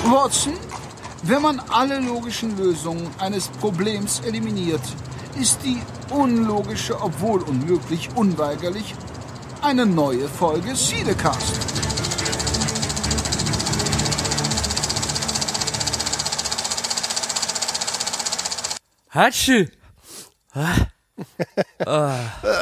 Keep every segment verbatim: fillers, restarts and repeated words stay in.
Watson, wenn man alle logischen Lösungen eines Problems eliminiert, ist die unlogische, obwohl unmöglich, unweigerlich eine neue Folge Siedecast. Hatschi! Ah. Ah.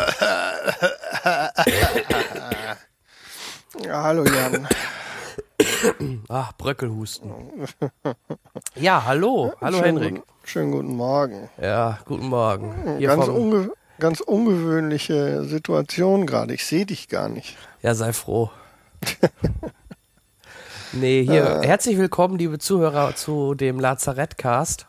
Ja, hallo Jan. Ach, Bröckelhusten. Ja, hallo. Hallo schönen Henrik. Guten, schönen guten Morgen. Ja, guten Morgen. Hier Ganz, vom, unge ganz ungewöhnliche Situation gerade. Ich sehe dich gar nicht. Ja, sei froh. Nee, hier, äh. herzlich willkommen, liebe Zuhörer, zu dem Lazarettcast.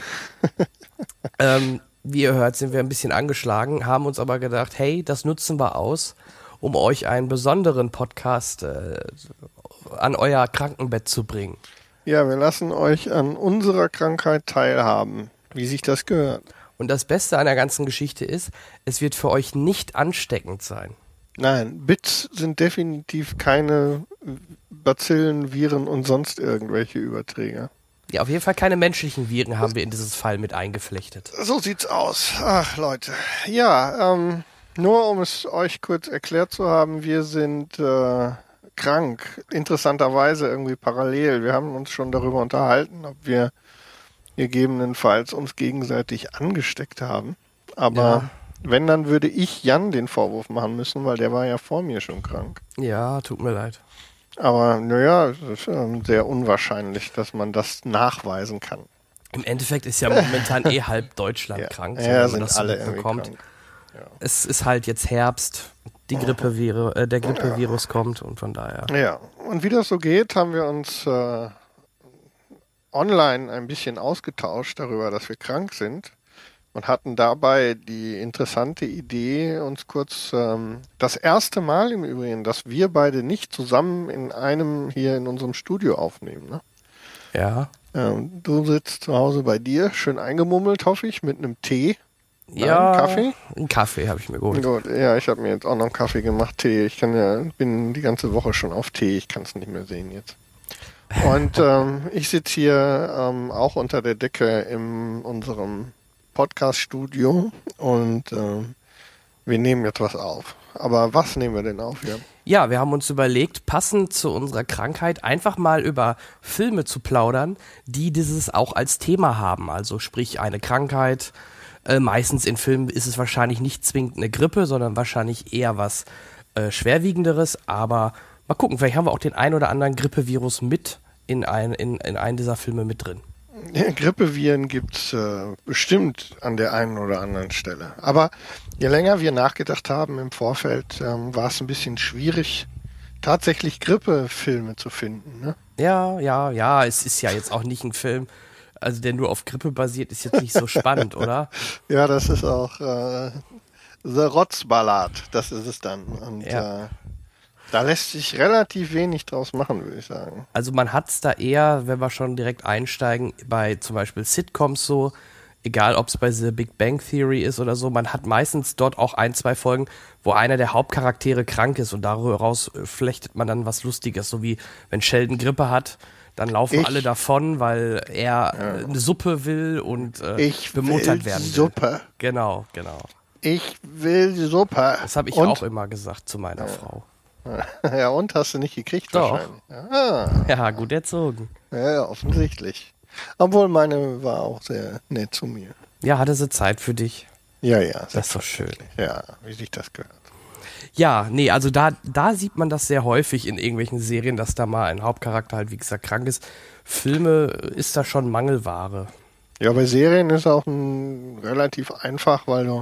ähm, wie ihr hört, sind wir ein bisschen angeschlagen, haben uns aber gedacht, hey, das nutzen wir aus, um euch einen besonderen Podcast äh, an euer Krankenbett zu bringen. Ja, wir lassen euch an unserer Krankheit teilhaben, wie sich das gehört. Und das Beste an der ganzen Geschichte ist, es wird für euch nicht ansteckend sein. Nein, Bits sind definitiv keine Bazillen, Viren und sonst irgendwelche Überträger. Ja, auf jeden Fall keine menschlichen Viren haben wir in dieses Fall mit eingeflechtet. So sieht's aus. Ach, Leute. Ja, ähm, nur um es euch kurz erklärt zu haben, wir sind äh, krank. Interessanterweise irgendwie parallel. Wir haben uns schon darüber unterhalten, ob wir gegebenenfalls uns gegenseitig angesteckt haben. Aber ja. Wenn, dann würde ich Jan den Vorwurf machen müssen, weil der war ja vor mir schon krank. Ja, tut mir leid. Aber naja, es ist ähm, sehr unwahrscheinlich, dass man das nachweisen kann. Im Endeffekt ist ja momentan eh halb Deutschland ja. krank, so, ja, wenn man sind das alle so bekommt. Ja. Es ist halt jetzt Herbst, die Grippevir- äh, der Grippevirus ja. kommt und von daher. Ja, und wie das so geht, haben wir uns äh, online ein bisschen ausgetauscht darüber, dass wir krank sind. Und hatten dabei die interessante Idee, uns kurz ähm, das erste Mal im Übrigen, dass wir beide nicht zusammen in einem hier in unserem Studio aufnehmen. Ne? Ja. Ähm, du sitzt zu Hause bei dir, schön eingemummelt, hoffe ich, mit einem Tee. Nein, ja. Kaffee? Einen Kaffee habe ich mir geholt. Gut, ja, ich habe mir jetzt auch noch einen Kaffee gemacht, Tee. Ich kann ja, bin die ganze Woche schon auf Tee, ich kann es nicht mehr sehen jetzt. Und ähm, ich sitze hier ähm, auch unter der Decke in unserem Podcast-Studio und äh, wir nehmen jetzt was auf. Aber was nehmen wir denn auf? Ja? ja, wir haben uns überlegt, passend zu unserer Krankheit einfach mal über Filme zu plaudern, die dieses auch als Thema haben. Also sprich eine Krankheit. Äh, meistens in Filmen ist es wahrscheinlich nicht zwingend eine Grippe, sondern wahrscheinlich eher was äh, Schwerwiegenderes. Aber mal gucken, vielleicht haben wir auch den ein oder anderen Grippevirus mit in, ein, in, in einen dieser Filme mit drin. Ja, Grippeviren gibt's äh, bestimmt an der einen oder anderen Stelle. Aber je länger wir nachgedacht haben im Vorfeld, ähm, war es ein bisschen schwierig, tatsächlich Grippefilme zu finden. Ne? Ja, ja, ja, es ist ja jetzt auch nicht ein Film, also der nur auf Grippe basiert, ist jetzt nicht so spannend, oder? Ja, das ist auch äh, The Rotzballad, das ist es dann. Und ja. äh, da lässt sich relativ wenig draus machen, würde ich sagen. Also man hat es da eher, wenn wir schon direkt einsteigen, bei zum Beispiel Sitcoms so, egal ob es bei The Big Bang Theory ist oder so, man hat meistens dort auch ein, zwei Folgen, wo einer der Hauptcharaktere krank ist und daraus flechtet man dann was Lustiges, so wie wenn Sheldon Grippe hat, dann laufen ich, alle davon, weil er ja. eine Suppe will und äh, ich bemuttert werden will. Suppe. Genau, genau. Ich will Suppe. Das habe ich und? auch immer gesagt zu meiner ja. Frau. Ja, und? Hast du nicht gekriegt Doch. wahrscheinlich? Ah. Ja, gut erzogen. Ja, offensichtlich. Obwohl meine war auch sehr nett zu mir. Ja, hatte sie Zeit für dich? Ja, ja. Das ist doch schön. Ja, wie sich das gehört. Ja, nee, also da, da sieht man das sehr häufig in irgendwelchen Serien, dass da mal ein Hauptcharakter halt, wie gesagt, krank ist. Filme ist da schon Mangelware. Ja, bei Serien ist auch ein, relativ einfach, weil du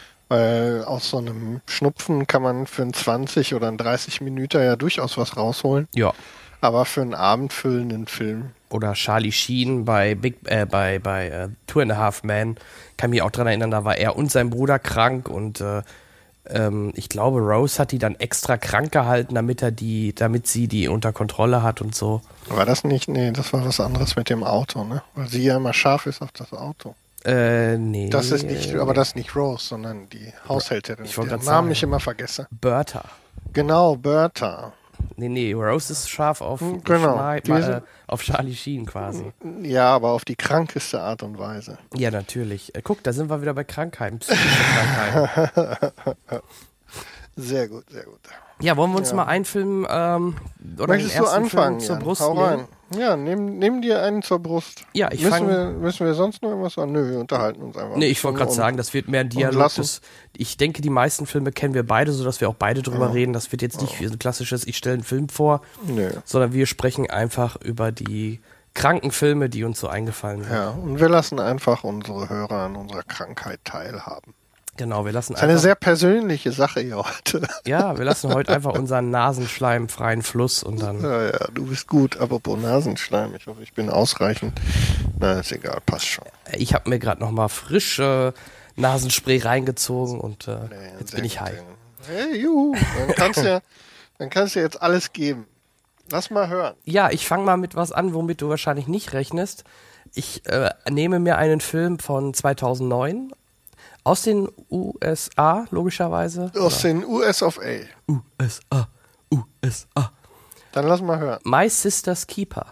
Weil aus so einem Schnupfen kann man für einen zwanzig oder einen dreißig Minuten ja durchaus was rausholen. Ja. Aber für einen abendfüllenden Film. Oder Charlie Sheen bei Big äh, bei bei äh, Two and a Half Men, kann mich auch dran erinnern, da war er und sein Bruder krank und äh, ähm, ich glaube Rose hat die dann extra krank gehalten, damit er die, damit sie die unter Kontrolle hat und so. War das nicht? Nee, das war was anderes mit dem Auto, ne? Weil sie ja immer scharf ist auf das Auto. Äh, nee. Das ist nicht, aber das ist nicht Rose, sondern die Haushälterin. Ich wollte den gerade Namen sagen. ich immer vergesse. Bertha. Genau, Bertha. Nee, nee, Rose ist scharf auf, Genau. Schma- Wir äh, sind- auf Charlie Sheen quasi. Ja, aber auf die krankeste Art und Weise. Ja, natürlich. Äh, guck, da sind wir wieder bei Krankheiten, psychische Krankheiten. Sehr gut, sehr gut. Ja, wollen wir uns Ja. mal einen Film ähm, oder Möchtest den du ersten anfangen, Film zur Jan? Brust Hau nehmen? rein. Ja, nimm, nimm dir einen zur Brust. Ja, ich müssen, fange. wir, müssen wir sonst noch irgendwas sagen? Nö, wir unterhalten uns einfach. Nee, ich wollte gerade Und- sagen, das wird mehr ein Dialog. lassen. Das, ich denke, die meisten Filme kennen wir beide, sodass wir auch beide drüber Ja. reden. Das wird jetzt nicht wie so ein klassisches, ich stelle einen Film vor, Nö. sondern wir sprechen einfach über die kranken Filme, die uns so eingefallen sind. Ja, und wir lassen einfach unsere Hörer an unserer Krankheit teilhaben. Genau, wir lassen Das ist eine einfach, sehr persönliche Sache hier heute. ja, wir lassen heute einfach unseren Nasenschleim freien Fluss und dann. Ja, ja, du bist gut. Apropos Nasenschleim, ich hoffe, ich bin ausreichend. Na, ist egal, passt schon. Ich habe mir gerade noch mal frisch äh, Nasenspray reingezogen und äh, Nee, jetzt sehr bin ich gut, high. ja. Hey, juhu. Dann kannst du ja, dann kannst du jetzt alles geben. Lass mal hören. Ja, ich fange mal mit was an, womit du wahrscheinlich nicht rechnest. Ich äh, nehme mir einen Film von zweitausendneun aus den U S A, logischerweise. Aus den U S of A. U S A, U S A. Dann lass mal hören. My Sister's Keeper.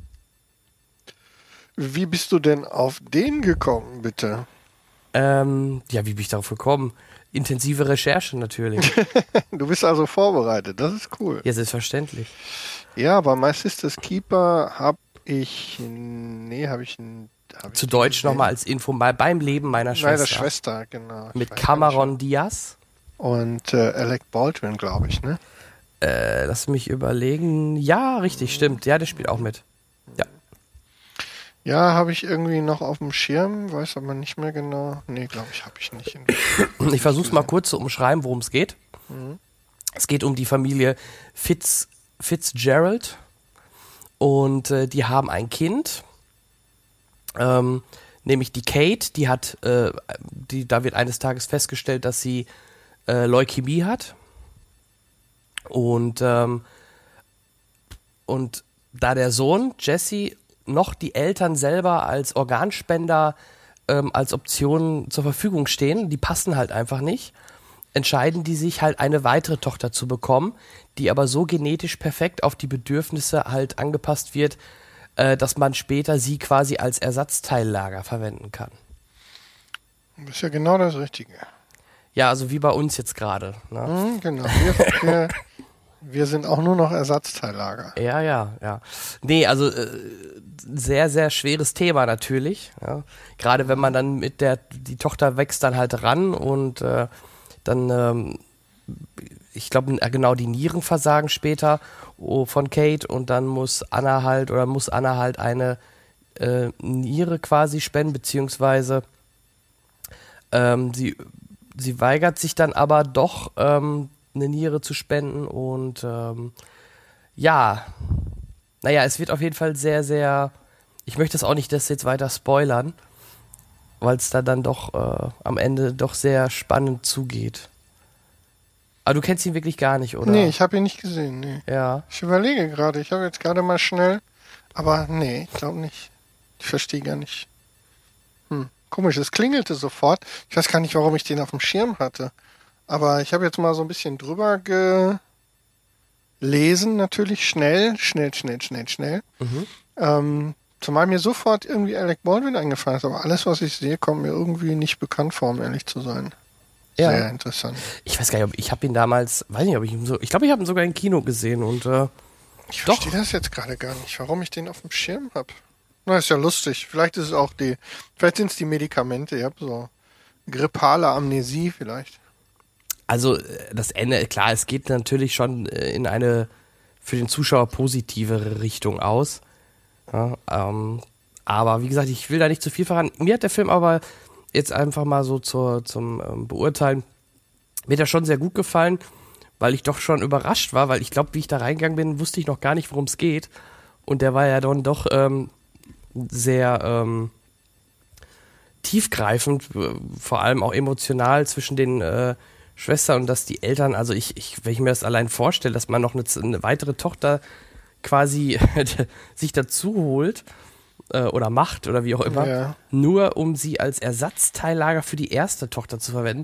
Wie bist du denn auf den gekommen, bitte? Ähm, ja, wie bin ich darauf gekommen? Intensive Recherche natürlich. Du bist also vorbereitet, das ist cool. Ja, selbstverständlich. Ja, bei My Sister's Keeper habe ich, nee, habe ich, hab Zu ich Deutsch gesehen. nochmal als Info mal beim Leben meiner Schwester. Meiner Schwester, genau. Mit Ich weiß Cameron Diaz. gar nicht. Und äh, Alec Baldwin, glaube ich, ne? Äh, lass mich überlegen. Ja, richtig, stimmt. Ja, der spielt auch mit. Ja. Ja, habe ich irgendwie noch auf dem Schirm, weiß aber nicht mehr genau. Nee, glaube ich, habe ich nicht. Ich versuche es mal kurz zu umschreiben, worum es geht. Es geht um die Familie Fitz, Fitzgerald und äh, die haben ein Kind, ähm, nämlich die Kate, die hat, äh, die, da wird eines Tages festgestellt, dass sie äh, Leukämie hat und, ähm, und da der Sohn Jesse noch die Eltern selber als Organspender ähm, als Option zur Verfügung stehen, die passen halt einfach nicht, entscheiden die sich halt eine weitere Tochter zu bekommen, die aber so genetisch perfekt auf die Bedürfnisse halt angepasst wird, äh, dass man später sie quasi als Ersatzteillager verwenden kann. Das ist ja genau das Richtige. Ja, also wie bei uns jetzt gerade. Ne? Mhm, genau. Wir, wir, wir sind auch nur noch Ersatzteillager. Ja, ja, ja. Nee, also äh, sehr, sehr schweres Thema natürlich. Ja. Gerade wenn man dann mit der, die Tochter wächst dann halt ran und äh, dann, ähm, ich glaube, genau die Nieren versagen später oh, von Kate und dann muss Anna halt oder muss Anna halt eine äh, Niere quasi spenden, beziehungsweise ähm, sie, sie weigert sich dann aber doch ähm, eine Niere zu spenden und ähm, ja, naja, es wird auf jeden Fall sehr, sehr, ich möchte es auch nicht das jetzt weiter spoilern, weil es da dann doch äh, am Ende doch sehr spannend zugeht. Aber du kennst ihn wirklich gar nicht, oder? Nee, ich habe ihn nicht gesehen, nee. Ja. Ich überlege gerade, ich habe jetzt gerade mal schnell, aber nee, ich glaube nicht. Ich verstehe gar nicht. Hm, komisch, es klingelte sofort. Ich weiß gar nicht, warum ich den auf dem Schirm hatte. Aber ich habe jetzt mal so ein bisschen drüber gelesen, natürlich schnell, schnell, schnell, schnell, schnell. Mhm. Ähm, zumal mir sofort irgendwie Alec Baldwin eingefallen ist, aber alles, was ich sehe, kommt mir irgendwie nicht bekannt vor, um ehrlich zu sein. Ja. Sehr interessant. Ich weiß gar nicht, ob ich habe ihn damals, weiß nicht, ob ich ihn so, ich glaube, ich habe ihn sogar im Kino gesehen und äh, Ich Doch. verstehe das jetzt gerade gar nicht, warum ich den auf dem Schirm habe. Na, ist ja lustig. Vielleicht ist es auch die, vielleicht sind es die Medikamente. Ich habe so grippale Amnesie vielleicht. also äh, das Ende, klar, es geht natürlich schon äh, in eine für den Zuschauer positivere Richtung aus. Ja, ähm, aber wie gesagt, ich will da nicht zu viel verraten. Mir hat der Film aber jetzt einfach mal so zur, zum ähm, Beurteilen, mir hat er schon sehr gut gefallen, weil ich doch schon überrascht war, weil ich glaube, wie ich da reingegangen bin, wusste ich noch gar nicht, worum es geht. Und der war ja dann doch ähm, sehr ähm, tiefgreifend, äh, vor allem auch emotional zwischen den äh, Schwestern und dass die Eltern, also ich, ich, wenn ich mir das allein vorstelle, dass man noch eine, eine weitere Tochter quasi sich dazu holt äh, oder macht oder wie auch immer, Ja. nur um sie als Ersatzteillager für die erste Tochter zu verwenden.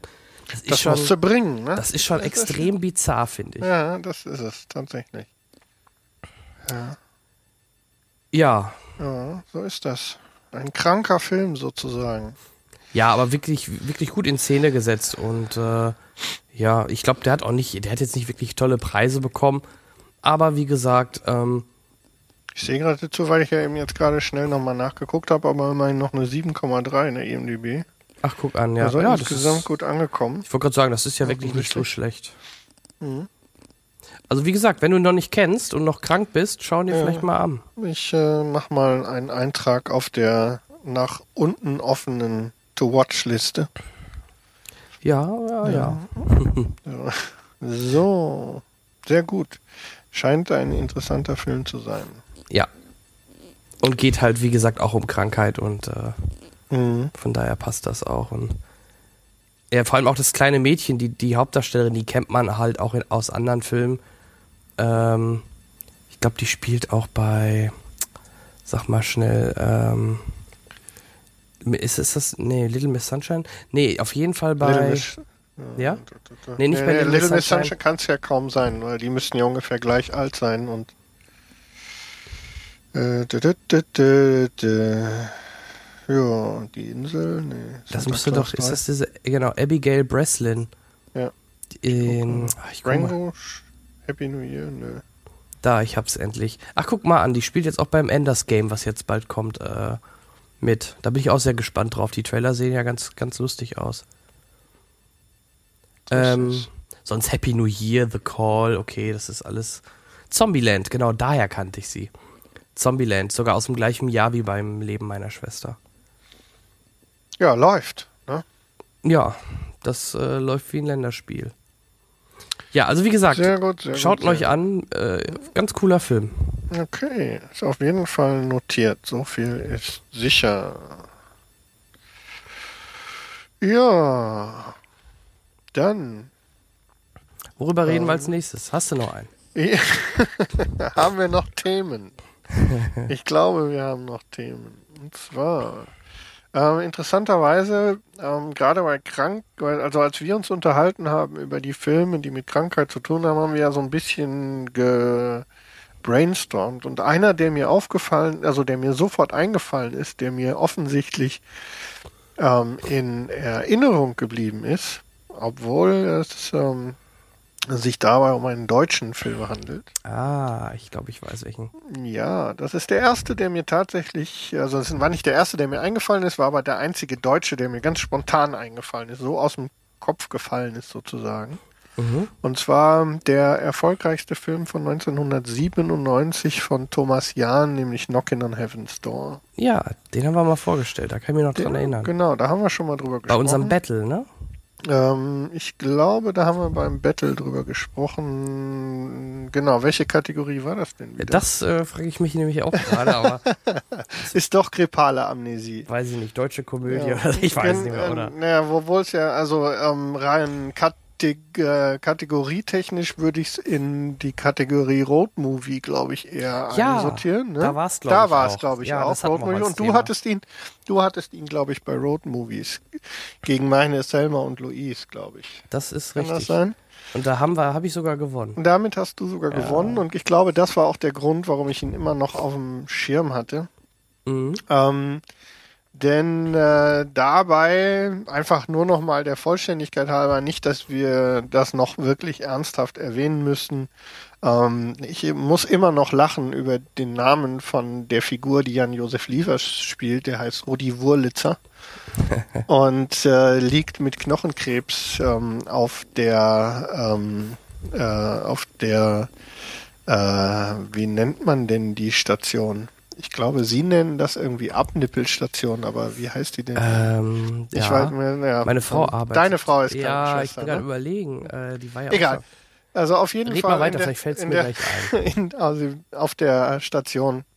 Das, ist Das schon, musst du bringen, ne? das ist schon Das ist- extrem bizarr, finde ich. Ja, das ist es, tatsächlich. Ja. Ja. Ja, so ist das. Ein kranker Film sozusagen. Ja, aber wirklich, wirklich gut in Szene gesetzt und äh, ja, ich glaube, der hat auch nicht, der hat jetzt nicht wirklich tolle Preise bekommen, aber wie gesagt, ähm, Ich sehe gerade dazu, weil ich ja eben jetzt gerade schnell nochmal nachgeguckt habe, aber immerhin noch eine sieben Komma drei in der I M D B. ach, guck an, ja. Also ja, das insgesamt ist, gut angekommen. ich wollte gerade sagen, das ist ja Ja, wirklich nicht so schlecht. Mhm. Also wie gesagt, wenn du ihn noch nicht kennst und noch krank bist, schau ihn dir Ja. vielleicht mal an. Ich äh, mach mal einen Eintrag auf der nach unten offenen To-Watch-Liste. Ja, ja, ja. Ja. So, sehr gut. Scheint ein interessanter Film zu sein. Ja. Und geht halt, wie gesagt, auch um Krankheit und äh, Mhm. von daher passt das auch. Und ja, vor allem auch das kleine Mädchen, die, die Hauptdarstellerin, die kennt man halt auch in, aus anderen Filmen. Ähm, ich glaube, die spielt auch bei, sag mal schnell, ähm, ist, ist das, nee, Little Miss Sunshine? Nee, auf jeden Fall bei, Little Miss, ja? Nee, Nee, nicht bei Little, Little Miss Miss Sunshine. Sunshine kann es ja kaum sein, weil die müssten ja ungefähr gleich alt sein und äh, dü, dü, dü, dü, dü. Ja, die Insel, nee. Das Santa müsste Claus doch, ist drei. das diese, genau, Abigail Breslin. Ja. In, ach, ich guck mal. Rango, Sch- Happy New Year, nö. Da, ich hab's endlich. Ach, guck mal an, die spielt jetzt auch beim Enders Game, was jetzt bald kommt, äh, mit. Da bin ich auch sehr gespannt drauf. Die Trailer sehen ja ganz, ganz lustig aus. So ist Ähm, es. sonst Happy New Year, The Call, okay, das ist alles. Zombieland, genau, daher kannte ich sie. Zombieland, sogar aus dem gleichen Jahr wie beim Leben meiner Schwester. Ja, läuft. Ne? Ja, das äh, läuft wie ein Länderspiel. Ja, also wie gesagt, Sehr gut, sehr schaut gut. ihn euch sehr an, äh, ganz cooler Film. gut. Okay, ist auf jeden Fall notiert. So viel ist sicher. Ja, dann Worüber reden wir Ähm. als nächstes? Hast du noch einen? haben wir noch Themen. Ich glaube, wir haben noch Themen. Und zwar, ähm, interessanterweise, ähm, gerade bei Krank, weil, also als wir uns unterhalten haben über die Filme, die mit Krankheit zu tun haben, haben wir ja so ein bisschen gebrainstormt. Und einer, der mir aufgefallen, also der mir sofort eingefallen ist, der mir offensichtlich ähm, in Erinnerung geblieben ist, obwohl es ähm, sich dabei um einen deutschen Film handelt. Ah, ich glaube, ich weiß welchen. Ja, das ist der erste, der mir tatsächlich, also es war nicht der erste, der mir eingefallen ist, war aber der einzige Deutsche, der mir ganz spontan eingefallen ist, so aus dem Kopf gefallen ist sozusagen. Mhm. Und zwar der erfolgreichste Film von neunzehnhundertsiebenundneunzig von Thomas Jahn, nämlich Knockin' on Heaven's Door. Ja, den haben wir mal vorgestellt, da kann ich mich noch dran Den- erinnern. Genau, da haben wir schon mal drüber Bei gesprochen. unserem Battle, ne? Ähm, ich glaube, da haben wir beim Battle drüber gesprochen. Genau, welche Kategorie war das denn wieder? Das äh, frage ich mich nämlich auch gerade, aber ist doch grippale Amnesie. weiß ich nicht, deutsche Komödie Ja. oder ich weiß Gen- nicht mehr, oder? äh, Naja, obwohl es ja, also ähm, rein Kateg äh, kategorietechnisch würde ich es in die Kategorie Road Movie, glaube ich, eher Ja, einsortieren. Ne? da war's, glaub Da ich, war es, auch. glaube ich, Ja, auch. das hatten Road wir Movie. als Und du Thema. hattest ihn, du hattest ihn, glaube ich, bei Road Movies gegen meine Selma und Louise, glaube ich. Das ist Kann richtig. das sein? Und da haben wir, habe ich sogar gewonnen. Und damit hast du sogar Ja. gewonnen. Und ich glaube, das war auch der Grund, warum ich ihn immer noch auf dem Schirm hatte. Mhm. Ähm, denn äh, dabei einfach nur noch mal der Vollständigkeit halber, nicht, dass wir das noch wirklich ernsthaft erwähnen müssen. Ähm, ich muss immer noch lachen über den Namen von der Figur, die Jan-Josef Liefers spielt. Der heißt Rudi Wurlitzer und äh, liegt mit Knochenkrebs ähm, auf der ähm, äh, auf der äh, wie nennt man denn die Station? Ich glaube, Sie nennen das irgendwie Abnippelstation, aber wie heißt die denn? Ähm, ich ja. weiß, ja, Meine Frau arbeitet. Deine Frau ist Ja, ich Krankenschwester, bin gerade ne? überlegen. Äh, die war ja Egal. Auch Also auf jeden Red Fall. mal weiter, in der- vielleicht fällt's in mir der- gleich In, also auf der Station,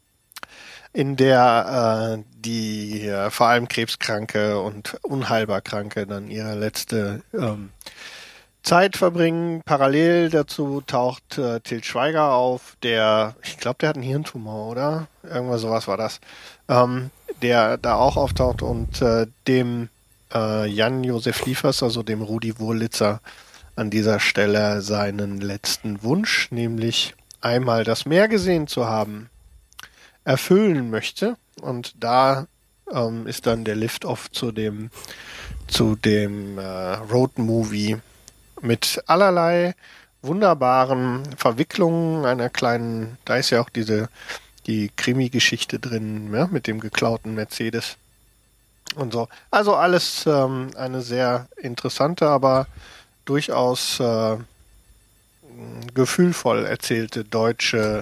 in der äh, die äh, vor allem Krebskranke und unheilbar Kranke dann ihre letzte ähm, Zeit verbringen. Parallel dazu taucht äh, Til Schweiger auf, der, ich glaube, der hat einen Hirntumor, oder? Irgendwas sowas war das. Ähm, der da auch auftaucht und äh, dem äh, Jan-Josef Liefers, also dem Rudi Wurlitzer, an dieser Stelle seinen letzten Wunsch, nämlich einmal das Meer gesehen zu haben, erfüllen möchte. Und da ähm, ist dann der Lift-Off zu dem, zu dem äh, Road-Movie mit allerlei wunderbaren Verwicklungen einer kleinen, da ist ja auch diese die Krimi-Geschichte drin, ja, mit dem geklauten Mercedes und so. Also alles ähm, eine sehr interessante, aber durchaus äh, gefühlvoll erzählte deutsche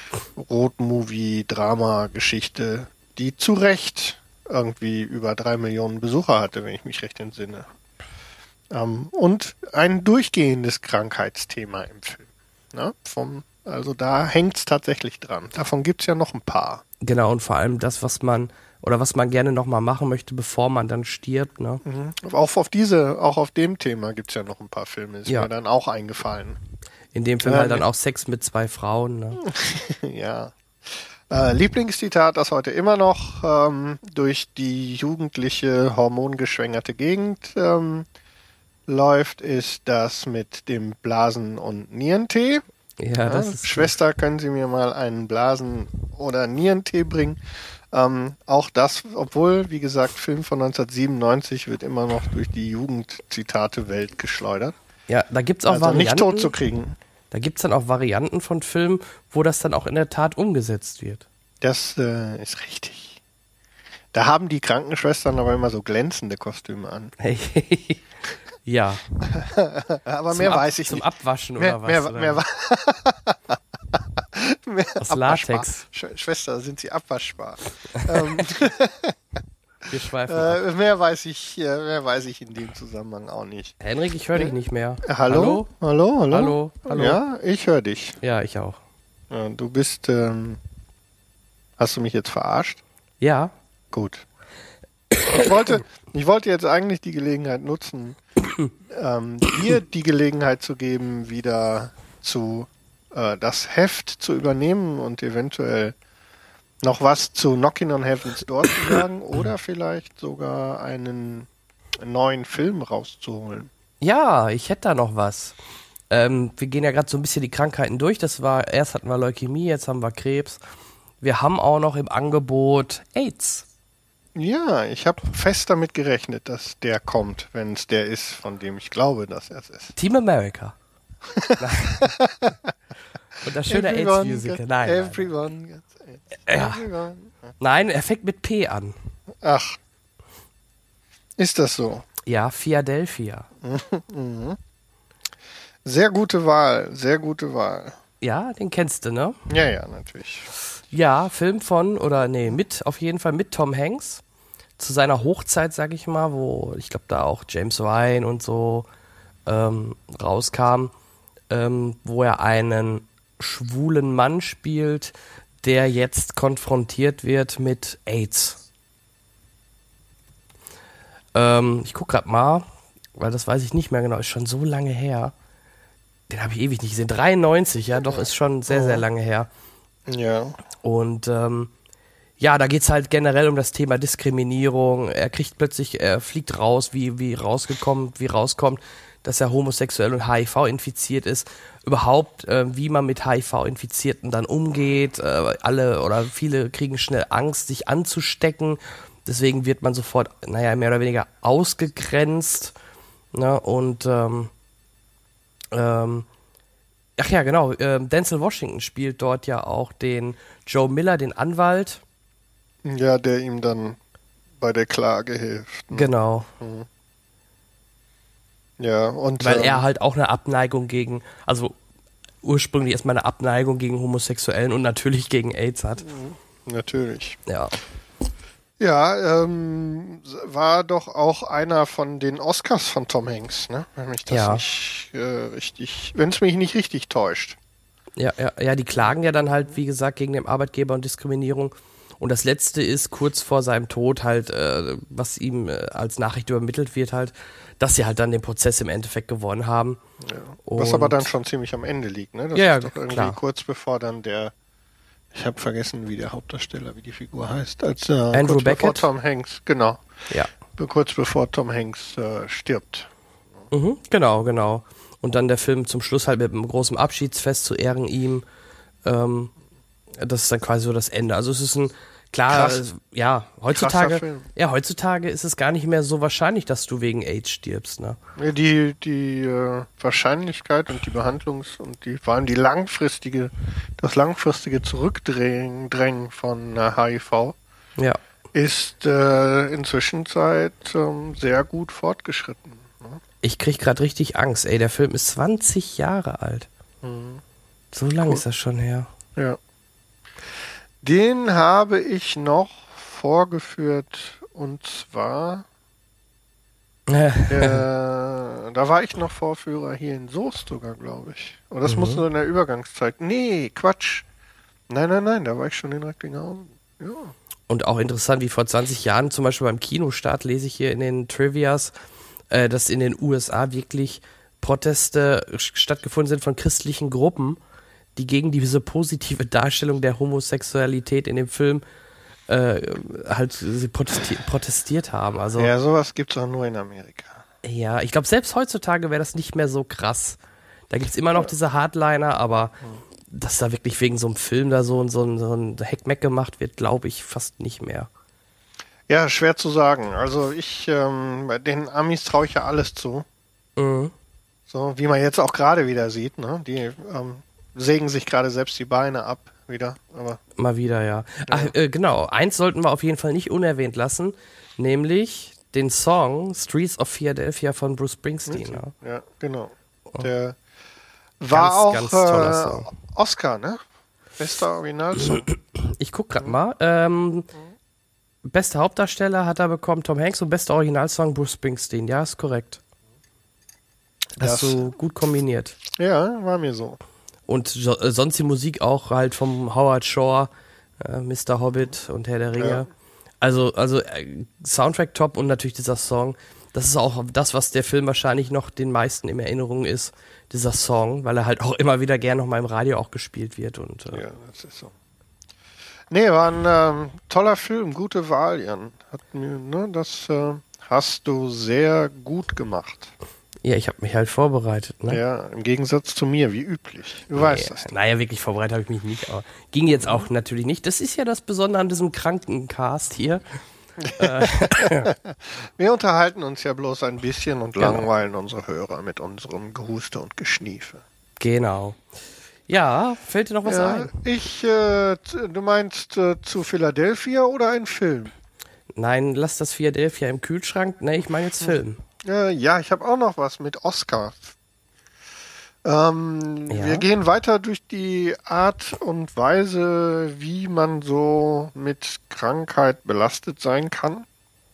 Road-Movie-Drama-Geschichte, die zu Recht irgendwie über drei Millionen Besucher hatte, wenn ich mich recht entsinne. Ähm, und ein durchgehendes Krankheitsthema im Film. Ne? Vom, also da hängt es tatsächlich dran. Davon gibt es ja noch ein paar. Genau, und vor allem das, was man oder was man gerne nochmal machen möchte, bevor man dann stirbt. Ne? Mhm. Auch auf diese, auch auf dem Thema gibt es ja noch ein paar Filme. Ist ja. mir dann auch eingefallen. In dem Film ja, halt dann auch Sex mit zwei Frauen. Ne? ja. Äh, Lieblingszitat, das heute immer noch ähm, durch die jugendliche, hormongeschwängerte Gegend ähm, läuft, ist das mit dem Blasen- und Nierentee. Ja, das ist Schwester, können Sie mir mal einen Blasen- oder Nierentee bringen? Ähm, auch das, obwohl, wie gesagt, Film von neunzehnhundertsiebenundneunzig wird immer noch durch die Jugendzitate-Welt geschleudert. Ja, da gibt's auch also Varianten. nicht tot zu kriegen. Da gibt's dann auch Varianten von Filmen, wo das dann auch in der Tat umgesetzt wird. Das äh, ist richtig. Da haben die Krankenschwestern aber immer so glänzende Kostüme an. ja. aber zum mehr Ab- weiß ich zum nicht. Zum Abwaschen mehr, oder was? Mehr, oder? mehr, mehr Aus Latex. Sch- Schwester, sind Sie abwaschbar? ähm, Wir schweifen ab. äh, mehr weiß ich, äh, mehr weiß ich in dem Zusammenhang auch nicht. Henrik, ich höre dich nicht mehr. Äh, hallo? Hallo? Hallo? Hallo? Hallo? Ja, ich höre dich. Ja, ich auch. Ja, du bist, ähm, hast du mich jetzt verarscht? Ja. Gut. Ich wollte, ich wollte jetzt eigentlich die Gelegenheit nutzen, ähm, dir die Gelegenheit zu geben, wieder zu äh, das Heft zu übernehmen und eventuell noch was zu Knockin' on Heaven's Door zu sagen oder vielleicht sogar einen neuen Film rauszuholen. Ja, ich hätte da noch was. Ähm, wir gehen ja gerade so ein bisschen die Krankheiten durch. Das war, erst hatten wir Leukämie, jetzt haben wir Krebs. Wir haben auch noch im Angebot AIDS. Ja, ich habe fest damit gerechnet, dass der kommt, wenn es der ist, von dem ich glaube, dass er es ist. Team America. Und das schöne AIDS-Musical. Nein, everyone nein. gets AIDS. Ja. Everyone. Nein, er fängt mit P an. Ach, ist das so? Ja, Philadelphia. Sehr gute Wahl, sehr gute Wahl. Ja, den kennst du, ne? Ja, ja, natürlich. Ja, Film von, oder nee, mit, auf jeden Fall mit Tom Hanks. Zu seiner Hochzeit, sag ich mal, wo, ich glaube, da auch James Ryan und so ähm, rauskam, ähm, wo er einen schwulen Mann spielt, der jetzt konfrontiert wird mit AIDS. Ähm, ich guck grad mal, weil das weiß ich nicht mehr genau, ist schon so lange her. Den habe ich ewig nicht gesehen. dreiundneunzig, ja, doch, ist schon sehr, sehr lange her. Ja. Und ähm, ja, da geht's halt generell um das Thema Diskriminierung. Er kriegt plötzlich, er fliegt raus, wie, wie rausgekommen, wie rauskommt, dass er homosexuell und H I V infiziert ist. Überhaupt, äh, wie man mit H I V-Infizierten dann umgeht. Äh, alle oder viele kriegen schnell Angst, sich anzustecken. Deswegen wird man sofort, naja, mehr oder weniger ausgegrenzt. Ne? Und ähm, ähm, ach ja, genau, äh, Denzel Washington spielt dort ja auch den Joe Miller, den Anwalt. Ja, der ihm dann bei der Klage hilft. Ne? Genau. Mhm. Ja, und Weil ähm, er halt auch eine Abneigung gegen, also ursprünglich erstmal eine Abneigung gegen Homosexuellen und natürlich gegen AIDS hat. natürlich. Ja. Ja, ähm, war doch auch einer von den Oscars von Tom Hanks, ne? Wenn mich das Ja. nicht äh, richtig, wenn es mich nicht richtig täuscht. Ja, ja, ja, die klagen ja dann halt, wie gesagt, gegen den Arbeitgeber und Diskriminierung. Und das Letzte ist kurz vor seinem Tod halt, äh, was ihm äh, als Nachricht übermittelt wird halt, dass sie halt dann den Prozess im Endeffekt gewonnen haben. Ja. Was Und- aber dann schon ziemlich am Ende liegt, ne? Das Ja, ist doch irgendwie klar. kurz bevor dann der, ich habe vergessen, wie der Hauptdarsteller, wie die Figur heißt, als äh, Andrew kurz bevor Beckett? Tom Hanks, genau, Ja. kurz bevor Tom Hanks äh, stirbt. Mhm, genau, genau. Und dann der Film zum Schluss halt mit einem großen Abschiedsfest zu Ehren ihm. Ähm, das ist dann quasi so das Ende. Also es ist ein, klar, Krass. ja, heutzutage, Film. ja, heutzutage ist es gar nicht mehr so wahrscheinlich, dass du wegen AIDS stirbst, ne? Ja, die die äh, Wahrscheinlichkeit und die Behandlungs- und die, vor allem die langfristige, das langfristige Zurückdrängen Drängen von äh, H I V Ja. ist äh, inzwischen Zeit ähm, sehr gut fortgeschritten. Ne? Ich krieg gerade richtig Angst, ey, der Film ist zwanzig Jahre alt. Mhm. So lange Cool. ist das schon her. Ja. Den habe ich noch vorgeführt und zwar äh, da war ich noch Vorführer hier in Soest sogar, glaube ich. Und das Mhm. muss so in der Übergangszeit. Nee, Quatsch. Nein, nein, nein, da war ich schon in Recklinghausen. Ja. Und auch interessant, wie vor zwanzig Jahren zum Beispiel beim Kinostart lese ich hier in den Trivias, äh, dass in den U S A wirklich Proteste stattgefunden sind von christlichen Gruppen, die gegen diese positive Darstellung der Homosexualität in dem Film äh, halt sie protesti- protestiert haben. Also Ja, sowas gibt's auch nur in Amerika. ja, ich glaube, selbst heutzutage wäre das nicht mehr so krass. Da gibt's immer noch diese Hardliner, aber dass da wirklich wegen so einem Film da so, so, ein- so ein Heckmeck gemacht wird, glaube ich fast nicht mehr. Ja, schwer zu sagen. Also ich, ähm, bei den Amis traue ich ja alles zu. Mhm. So, wie man jetzt auch gerade wieder sieht, ne? Die ähm, sägen sich gerade selbst die Beine ab wieder. Aber Mal wieder, ja. Ach, äh, genau, eins sollten wir auf jeden Fall nicht unerwähnt lassen, nämlich den Song Streets of Philadelphia von Bruce Springsteen. Ja. ja, genau. Der war Ganz, auch ganz toller äh, Song. Oscar, ne? Bester Originalsong. Ich guck grad mal. Ähm, bester Hauptdarsteller hat er bekommen Tom Hanks und bester Originalsong Bruce Springsteen. Ja, ist korrekt. Hast Das- du gut kombiniert. Ja, war mir so. Und so, äh, sonst die Musik auch halt vom Howard Shore, äh, Mister Hobbit und Herr der Ringe. Ja. Also, also äh, Soundtrack top und natürlich dieser Song. Das ist auch das, was der Film wahrscheinlich noch den meisten in Erinnerung ist, dieser Song, weil er halt auch immer wieder gern noch mal im Radio auch gespielt wird. Und äh, Ja, das ist so. Nee, war ein ähm, toller Film, gute Wahl, Jan. Hat mir, ne, das äh, hast du sehr gut gemacht. ja, ich habe mich halt vorbereitet. Ne? Ja, im Gegensatz zu mir, wie üblich. Du weißt Nee, das. naja, wirklich vorbereitet habe ich mich nicht, aber ging jetzt auch natürlich nicht. Das ist ja das Besondere an diesem Krankencast hier. Wir unterhalten uns ja bloß ein bisschen und Genau. langweilen unsere Hörer mit unserem Gehuste und Geschniefe. Genau. Ja, fällt dir noch was Ja, ein? ich, äh, z- du meinst äh, zu Philadelphia oder ein Film? Nein, lass das Philadelphia im Kühlschrank. Nee, ich meine jetzt Film. Äh, ja, ich habe auch noch was mit Oscar. Ähm, Ja. Wir gehen weiter durch die Art und Weise, wie man so mit Krankheit belastet sein kann.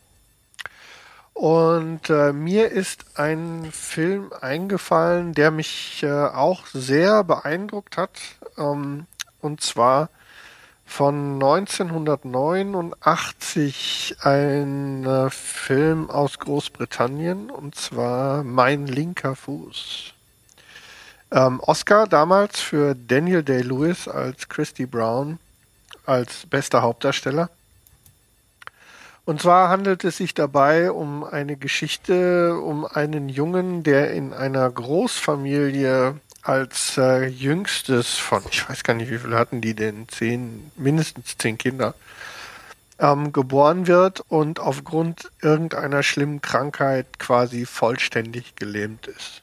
Und äh, mir ist ein Film eingefallen, der mich äh, auch sehr beeindruckt hat. Ähm, und zwar von neunzehnhundertneunundachtzig ein äh, Film aus Großbritannien, und zwar Mein linker Fuß. Ähm, Oscar damals für Daniel Day-Lewis als Christy Brown als bester Hauptdarsteller. Und zwar handelt es sich dabei um eine Geschichte, um einen Jungen, der in einer Großfamilie als äh, jüngstes von, ich weiß gar nicht, wie viele hatten die denn, zehn, mindestens zehn Kinder, ähm, geboren wird und aufgrund irgendeiner schlimmen Krankheit quasi vollständig gelähmt ist.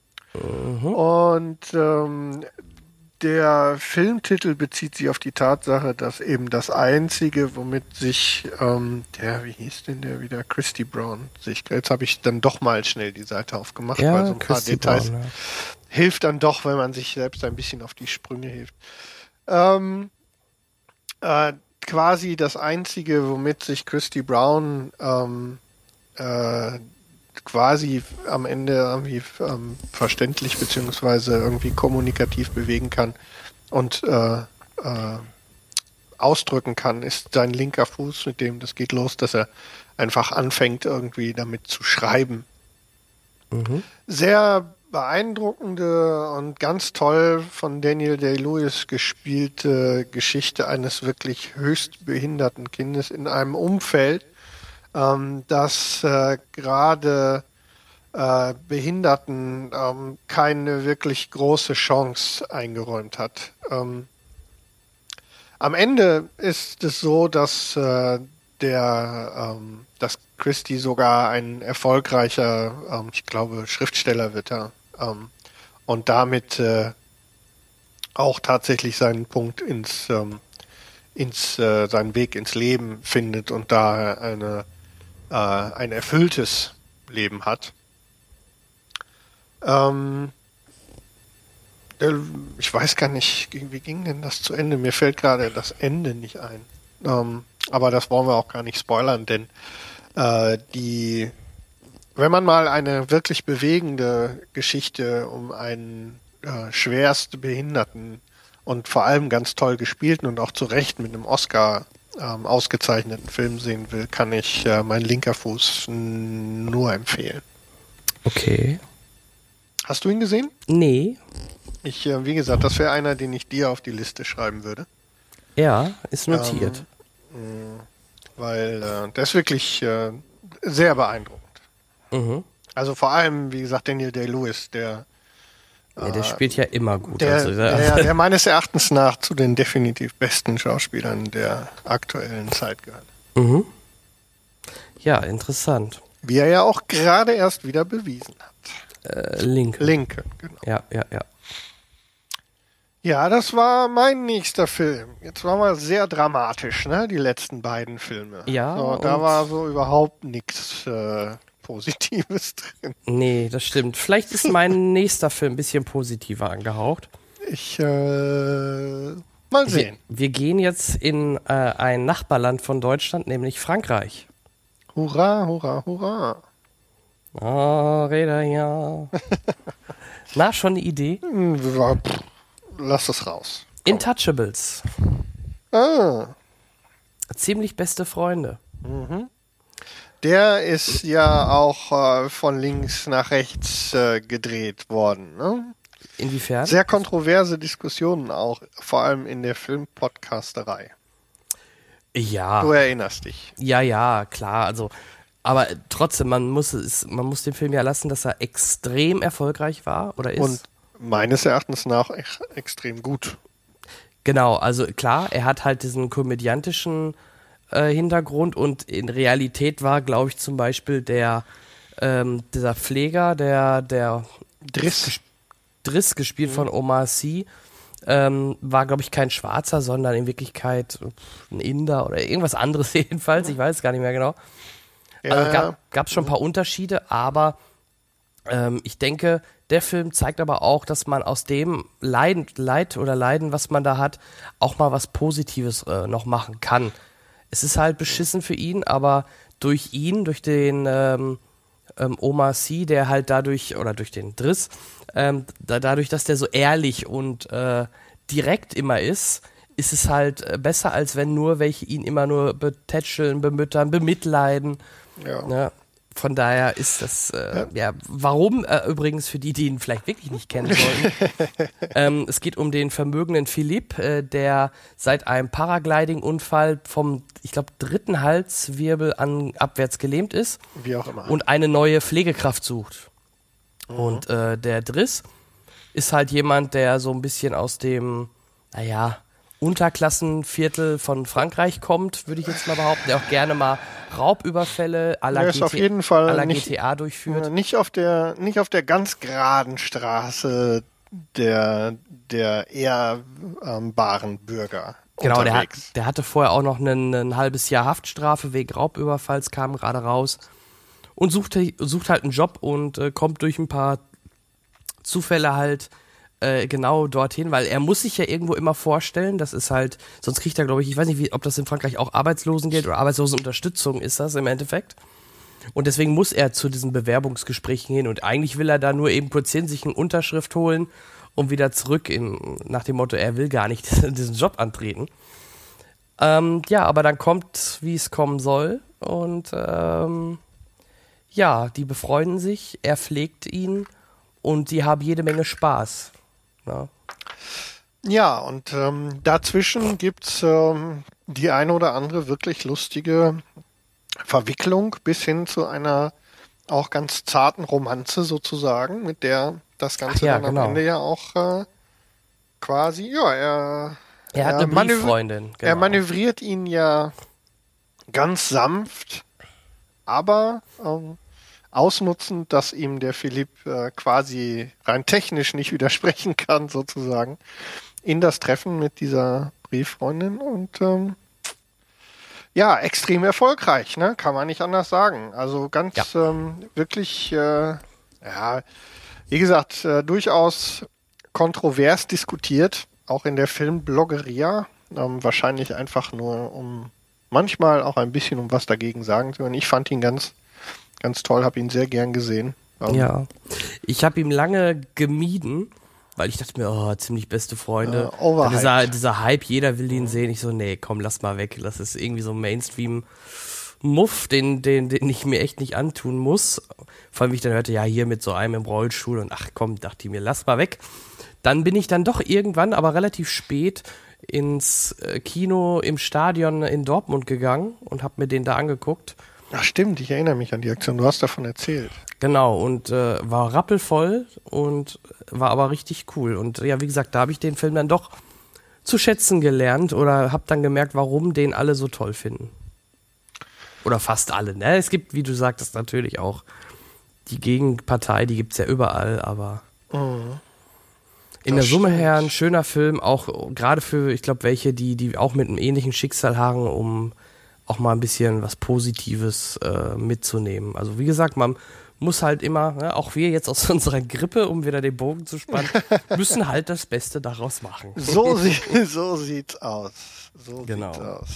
Und ähm, der Filmtitel bezieht sich auf die Tatsache, dass eben das Einzige, womit sich ähm, der, wie hieß denn der wieder, Christy Brown, sich, jetzt habe ich dann doch mal schnell die Seite aufgemacht, weil Ja, so ein paar Christy Details Brown, ja. hilft dann doch, wenn man sich selbst ein bisschen auf die Sprünge hilft. Ähm, äh, quasi das Einzige, womit sich Christy Brown ähm, äh, quasi am Ende irgendwie ähm, verständlich beziehungsweise irgendwie kommunikativ bewegen kann und äh, äh, ausdrücken kann, ist sein linker Fuß, mit dem das geht los, dass er einfach anfängt irgendwie damit zu schreiben. Mhm. Sehr beeindruckende und ganz toll von Daniel Day-Lewis gespielte Geschichte eines wirklich höchst behinderten Kindes in einem Umfeld, ähm, dass äh, gerade äh, Behinderten ähm, keine wirklich große Chance eingeräumt hat. Ähm, am Ende ist es so, dass äh, der, ähm, dass Christie sogar ein erfolgreicher, ähm, ich glaube, Schriftsteller wird er, ähm, und damit äh, auch tatsächlich seinen Punkt ins, ähm, ins äh, seinen Weg ins Leben findet und da eine äh, ein erfülltes Leben hat. Ähm, ich weiß gar nicht, wie ging denn das zu Ende? Mir fällt gerade das Ende nicht ein. Ähm, aber das wollen wir auch gar nicht spoilern, denn äh, die, wenn man mal eine wirklich bewegende Geschichte um einen äh, schwerst Behinderten und vor allem ganz toll gespielten und auch zu Recht mit einem Oscar ähm, ausgezeichneten Film sehen will, kann ich äh, Mein linker Fuß n- nur empfehlen. Okay. Hast du ihn gesehen? Nee. Ich, äh, wie gesagt, das wäre einer, den ich dir auf die Liste schreiben würde. Ja, ist notiert. Ähm, weil äh, der ist wirklich äh, sehr beeindruckend. Mhm. Also vor allem, wie gesagt, Daniel Day-Lewis, der Ja, der spielt ja immer gut. Der, also, ja. der, der meines Erachtens nach zu den definitiv besten Schauspielern der aktuellen Zeit gehört. Mhm. Ja, interessant. Wie er ja auch gerade erst wieder bewiesen hat. Äh, Link. Linke, genau. Ja, ja, ja. Ja, das war mein nächster Film. Jetzt waren wir sehr dramatisch, ne? Die letzten beiden Filme. Ja, So, da und- war so überhaupt nichts äh, Positives drin. Nee, das stimmt. Vielleicht ist mein nächster Film ein bisschen positiver angehaucht. Ich, äh, mal Wir, sehen. wir gehen jetzt in äh, ein Nachbarland von Deutschland, nämlich Frankreich. Hurra, hurra, hurra. Oh, Räder, ja. Na, schon eine Idee? Hm, ja, pff, lass es raus. Intouchables. Ah, Ziemlich beste Freunde. der ist ja auch äh, von links nach rechts äh, gedreht worden. Ne? Inwiefern? Sehr kontroverse Diskussionen auch, vor allem in der Filmpodcasterei. Ja. Du erinnerst dich. Ja, ja, klar. Also, aber trotzdem, man muss es, man muss dem Film ja lassen, dass er extrem erfolgreich war oder ist. Und meines Erachtens nach ex extrem gut. Genau, also klar, er hat halt diesen komödiantischen äh, Hintergrund und in Realität war, glaube ich, zum Beispiel der ähm, dieser Pfleger, der der Driss. Driss gespielt von Omar Sy, ähm, war, glaube ich, kein Schwarzer, sondern in Wirklichkeit pff, ein Inder oder irgendwas anderes jedenfalls. Ich weiß es gar nicht mehr genau. Ja, Also ja. gab, gab es schon ein paar Unterschiede, aber ähm, ich denke, der Film zeigt aber auch, dass man aus dem Leiden, Leid oder Leiden, was man da hat, auch mal was Positives äh, noch machen kann. Es ist halt beschissen für ihn, aber durch ihn, durch den ähm, ähm, Omar Sy, der halt dadurch, oder durch den Driss, ähm, da, dadurch, dass der so ehrlich und äh, direkt immer ist, ist es halt äh, besser, als wenn nur welche ihn immer nur betätscheln, bemüttern, bemitleiden. Ja. Ne? Von daher ist das, äh, ja. ja, warum äh, übrigens für die, die ihn vielleicht wirklich nicht kennen sollten. ähm, es geht um den vermögenden Philipp, äh, der seit einem Paragliding-Unfall vom, ich glaube, dritten Halswirbel an abwärts gelähmt ist Wie auch immer. und eine neue Pflegekraft sucht. Und äh, der Driss ist halt jemand, der so ein bisschen aus dem, naja, Unterklassenviertel von Frankreich kommt, würde ich jetzt mal behaupten, der auch gerne mal Raubüberfälle à la, Der ist G T auf jeden Fall à la nicht- G T A durchführt. Äh, nicht auf der nicht auf der ganz geraden Straße der der eher ähm, baren Bürger Genau, der, hat, unterwegs. der hatte vorher auch noch einen, ein halbes Jahr Haftstrafe wegen Raubüberfalls, kam gerade raus und sucht, sucht halt einen Job und äh, kommt durch ein paar Zufälle halt äh, genau dorthin, weil er muss sich ja irgendwo immer vorstellen, das ist halt, sonst kriegt er, glaube ich, ich weiß nicht, wie, ob das in Frankreich auch Arbeitslosengeld oder Arbeitslosenunterstützung ist das im Endeffekt. Und deswegen muss er zu diesen Bewerbungsgesprächen hin und eigentlich will er da nur eben kurz hin, sich eine Unterschrift holen und wieder zurück in, nach dem Motto, er will gar nicht diesen Job antreten. Ähm, ja, aber dann kommt, wie es kommen soll und ähm, ja, die befreunden sich, er pflegt ihn und die haben jede Menge Spaß. Ja. Ja, und ähm, dazwischen gibt's ähm, die eine oder andere wirklich lustige Verwicklung bis hin zu einer auch ganz zarten Romanze sozusagen, mit der das Ganze ja, dann genau. am Ende ja auch äh, quasi, ja, er, Er hat eine manöv- Brieffreundin. Genau. er manövriert ihn ja ganz sanft, aber ähm, ausnutzend, dass ihm der Philipp äh, quasi rein technisch nicht widersprechen kann, sozusagen, in das Treffen mit dieser Brieffreundin und ähm, ja, extrem erfolgreich, ne? Kann man nicht anders sagen. Also ganz Ja. ähm, wirklich, äh, ja, wie gesagt, äh, durchaus kontrovers diskutiert, auch in der Filmbloggeria. Ähm, wahrscheinlich einfach nur, um manchmal auch ein bisschen um was dagegen sagen zu können. Ich fand ihn ganz, ganz toll, habe ihn sehr gern gesehen. Ähm, Ja. Ich habe ihn lange gemieden, weil ich dachte mir, oh, ziemlich beste Freunde. Äh, overhyped. Dann dieser, dieser Hype, jeder will ihn sehen. Ich so, nee, komm, lass mal weg. Das ist irgendwie so ein Mainstream-Muff, den, den, den ich mir echt nicht antun muss. Vor allem, wie ich dann hörte, ja, hier mit so einem im Rollstuhl und ach komm, dachte ich mir, lass mal weg. Dann bin ich dann doch irgendwann, aber relativ spät, ins äh, Kino im Stadion in Dortmund gegangen und habe mir den da angeguckt. Ach stimmt, ich erinnere mich an die Aktion. Du hast davon erzählt. Genau, und äh, war rappelvoll und war aber richtig cool. Und ja, wie gesagt, da habe ich den Film dann doch zu schätzen gelernt oder habe dann gemerkt, warum den alle so toll finden. Oder fast alle, ne? Es gibt, wie du sagtest, natürlich auch die Gegenpartei, die gibt's ja überall, aber Mhm. in Das der Summe stimmt. her ein schöner Film, auch gerade für, ich glaube, welche, die, die auch mit einem ähnlichen Schicksal harren, um auch mal ein bisschen was Positives äh, mitzunehmen. Also wie gesagt, man muss halt immer, ne, auch wir jetzt aus unserer Grippe, um wieder den Bogen zu spannen, müssen halt das Beste daraus machen. So, sie, so sieht's aus. So Genau. sieht's aus.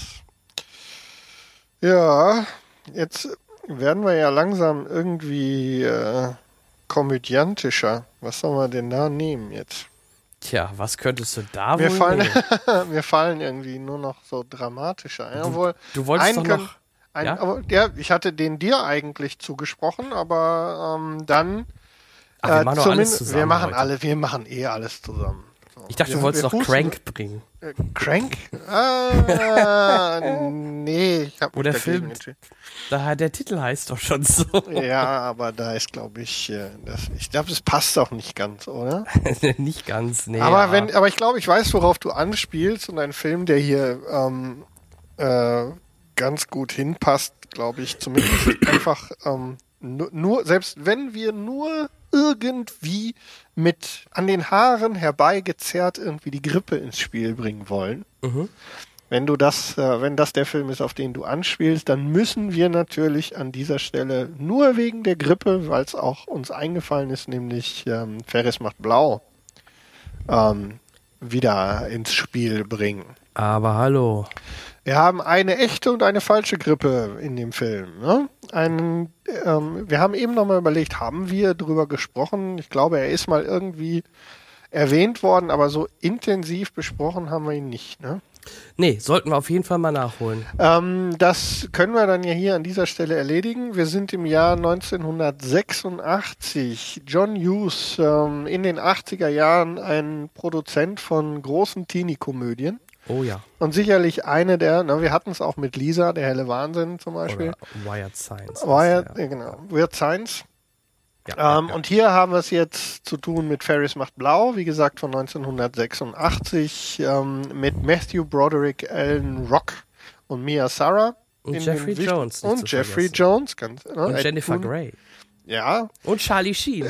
Ja, jetzt werden wir ja langsam irgendwie äh, komödiantischer. Was soll man denn da nehmen jetzt? Tja, was könntest du da Mir wohl fallen, nehmen? mir fallen irgendwie nur noch so dramatischer ein. Obwohl, Du wolltest einen doch können- noch... ein, ja? aber der, ich hatte den dir eigentlich zugesprochen, aber ähm, dann Ach, wir äh, machen doch alles zumindest- zusammen wir machen heute. alle, wir machen eh alles zusammen. So. Ich dachte, wir, du wolltest wir noch husten- Crank bringen. Äh, Crank? Ah, nee, ich habe Wo der Film, da, der Titel heißt doch schon so. Ja, aber da ist, glaube ich, äh, das, ich glaube, das passt auch nicht ganz, oder? Nicht ganz, nee. aber wenn, aber ich glaube, ich weiß, worauf du anspielst und ein Film, der hier ähm, äh, ganz gut hinpasst, glaube ich, zumindest einfach ähm, nur, nur, selbst wenn wir nur irgendwie mit an den Haaren herbeigezerrt irgendwie die Grippe ins Spiel bringen wollen. Mhm. Wenn du das, äh, wenn das der Film ist, auf den du anspielst, dann müssen wir natürlich an dieser Stelle nur wegen der Grippe, weil es auch uns eingefallen ist, nämlich ähm, Ferris macht blau, ähm, wieder ins Spiel bringen. Aber hallo. Wir haben eine echte und eine falsche Grippe in dem Film. Ne? Einen, ähm, wir haben eben nochmal überlegt, haben wir drüber gesprochen? Ich glaube, er ist mal irgendwie erwähnt worden, aber so intensiv besprochen haben wir ihn nicht. Ne? Nee, sollten wir auf jeden Fall mal nachholen. Ähm, das können wir dann ja hier an dieser Stelle erledigen. Wir sind im Jahr neunzehnhundertsechsundachtzig. John Hughes, ähm, in den achtziger Jahren ein Produzent von großen Teenie-Komödien. Oh ja. Und sicherlich eine der, na, wir hatten es auch mit Lisa, der helle Wahnsinn zum Beispiel. Oder Wired Science. Wired, ja. äh, genau, Weird Science. Ja, Ähm, ja, ja. Und hier haben wir es jetzt zu tun mit Ferris macht blau, wie gesagt von neunzehnhundertsechsundachtzig, ähm, mit Matthew Broderick, Alan Rock und Mia Sara. Und in Jeffrey den Wicht- Jones nicht Und zu Jeffrey vergessen. Jones, ganz, ne, Und Ed Jennifer Boon. Grey. Ja, Und Charlie Sheen.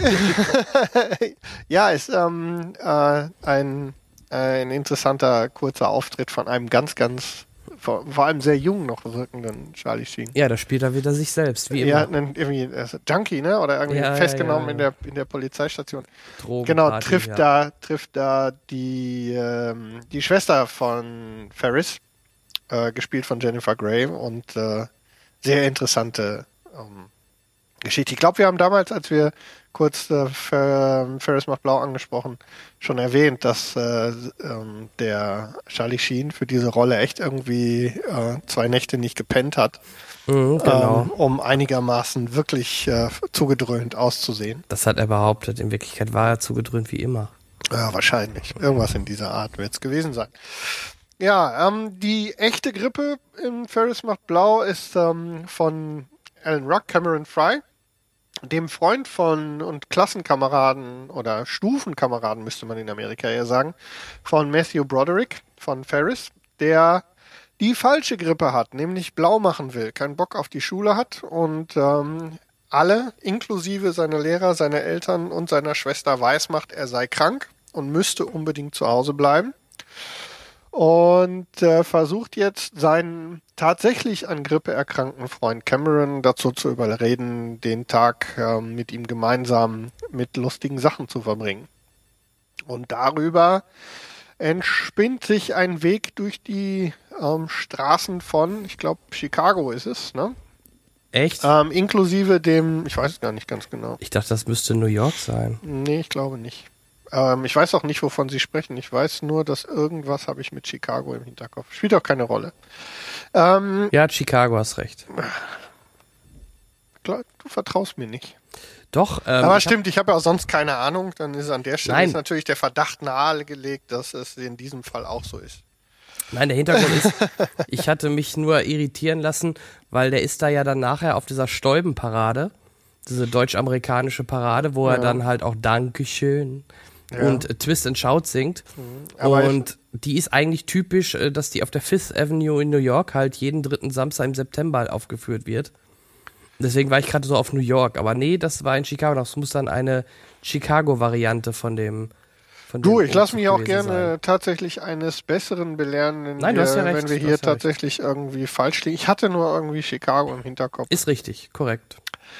ja, ist ähm, äh, ein, ein interessanter kurzer Auftritt von einem ganz, ganz, vor, vor allem sehr jung noch wirkenden Charlie Sheen. Ja, da spielt er wieder sich selbst, wie Ja, immer. einen, irgendwie er ist Junkie, ne? Oder irgendwie Ja, ja, festgenommen ja, in ja. der in der Polizeistation. Drogenparty, Genau, trifft ja. da trifft da die ähm, die Schwester von Ferris, äh, gespielt von Jennifer Grey und äh, sehr interessante ähm, Geschichte. Ich glaube, wir haben damals, als wir kurz äh, Fer Ferris macht blau angesprochen, schon erwähnt, dass äh, ähm, der Charlie Sheen für diese Rolle echt irgendwie äh, zwei Nächte nicht gepennt hat. Mhm, genau. Ähm, um einigermaßen wirklich äh, zugedröhnt auszusehen. Das hat er behauptet. In Wirklichkeit war er zugedröhnt wie immer. Ja, wahrscheinlich. Irgendwas in dieser Art wird es gewesen sein. Ja, ähm, die echte Grippe in Ferris macht blau ist ähm, von Alan Ruck, Cameron Fry, dem Freund von und Klassenkameraden oder Stufenkameraden, müsste man in Amerika eher sagen, von Matthew Broderick von Ferris, der die falsche Grippe hat, nämlich blau machen will, keinen Bock auf die Schule hat und ähm, alle, inklusive seiner Lehrer, seiner Eltern und seiner Schwester weismacht, er sei krank und müsste unbedingt zu Hause bleiben. Und äh, versucht jetzt seinen tatsächlich an Grippe erkrankten Freund Cameron dazu zu überreden, den Tag äh, mit ihm gemeinsam mit lustigen Sachen zu verbringen. Und darüber entspinnt sich ein Weg durch die ähm, Straßen von, ich glaube, Chicago ist es, ne? Echt? Ähm, inklusive dem, ich weiß es gar nicht ganz genau. Ich dachte, das müsste New York sein. Nee, ich glaube nicht. Ähm, ich weiß auch nicht, wovon Sie sprechen. Ich weiß nur, dass irgendwas habe ich mit Chicago im Hinterkopf. Spielt auch keine Rolle. Ähm, Ja, Chicago, hast recht. klar, du vertraust mir nicht. Doch. Ähm, Aber ich stimmt, ich habe ja auch sonst keine Ahnung. Dann ist an der Stelle Nein. ist natürlich der Verdacht nahegelegt, dass es in diesem Fall auch so ist. Nein, der Hintergrund ist, ich hatte mich nur irritieren lassen, weil der ist da ja dann nachher auf dieser Stäubenparade, diese deutsch-amerikanische Parade, wo Ja. er dann halt auch Dankeschön Ja. und äh, Twist and Shout singt. Aber Und die ist eigentlich typisch, äh, dass die auf der Fifth Avenue in New York halt jeden dritten Samstag im September halt aufgeführt wird. Deswegen war ich gerade so auf New York. Aber nee, das war in Chicago. Das muss dann eine Chicago-Variante von dem von Du, dem ich lasse mich auch gewesen gerne sein. tatsächlich eines Besseren belehren, wenn Nein, du wir, hast ja recht, wenn wir du hier hast ja recht. tatsächlich irgendwie falsch liegen. Ich hatte nur irgendwie Chicago im Hinterkopf. Ist richtig, korrekt.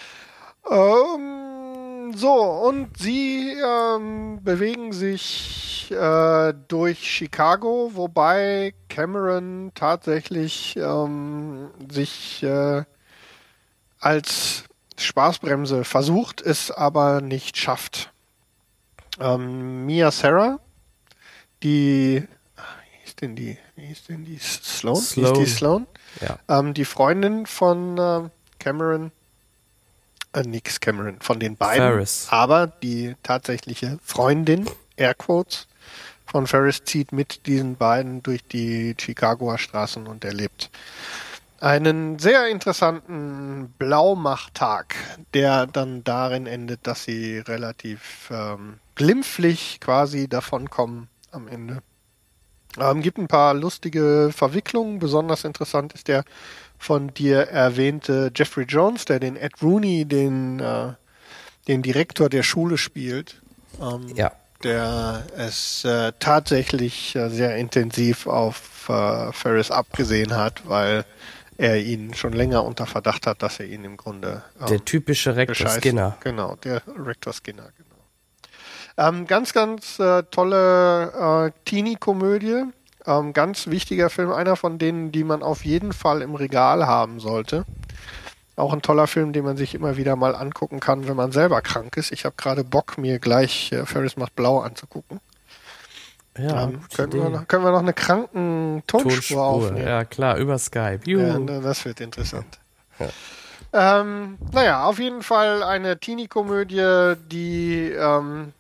Ähm, so, und sie ähm, bewegen sich äh, durch Chicago, wobei Cameron tatsächlich ähm, sich äh, als Spaßbremse versucht, es aber nicht schafft. Ähm, Mia Sarah, die, wie hieß denn die, wie hieß denn die, Sloan? Sloan. Hieß die Sloan? Ja. Ähm, die Freundin von äh, Cameron, äh, nix Cameron, von den beiden, Ferris. aber die tatsächliche Freundin, Airquotes, von Ferris zieht mit diesen beiden durch die Chicagoer Straßen und erlebt einen sehr interessanten Blaumachttag, der dann darin endet, dass sie relativ ähm, glimpflich quasi davonkommen am Ende. Ähm, gibt ein paar lustige Verwicklungen. Besonders interessant ist der von dir erwähnte Jeffrey Jones, der den Ed Rooney, den, äh, den Direktor der Schule spielt. Ähm, Ja. Der es äh, tatsächlich äh, sehr intensiv auf äh, Ferris abgesehen hat, weil er ihn schon länger unter Verdacht hat, dass er ihn im Grunde ähm, Der typische Rector bescheißt. Skinner. Genau, der Rector Skinner, genau. Ähm, ganz, ganz äh, tolle äh, Teenie-Komödie. Ähm, ganz wichtiger Film, einer von denen, die man auf jeden Fall im Regal haben sollte. Auch ein toller Film, den man sich immer wieder mal angucken kann, wenn man selber krank ist. Ich habe gerade Bock, mir gleich äh, Ferris macht blau anzugucken. Ja, ähm, gute können, wir Idee. noch, können wir noch eine kranken Tonspur, Tonspur, aufnehmen? ja klar, über Skype. Juhu. Ja, ne, das wird interessant. Ähm, naja, auf jeden Fall eine Teenie-Komödie, die ähm,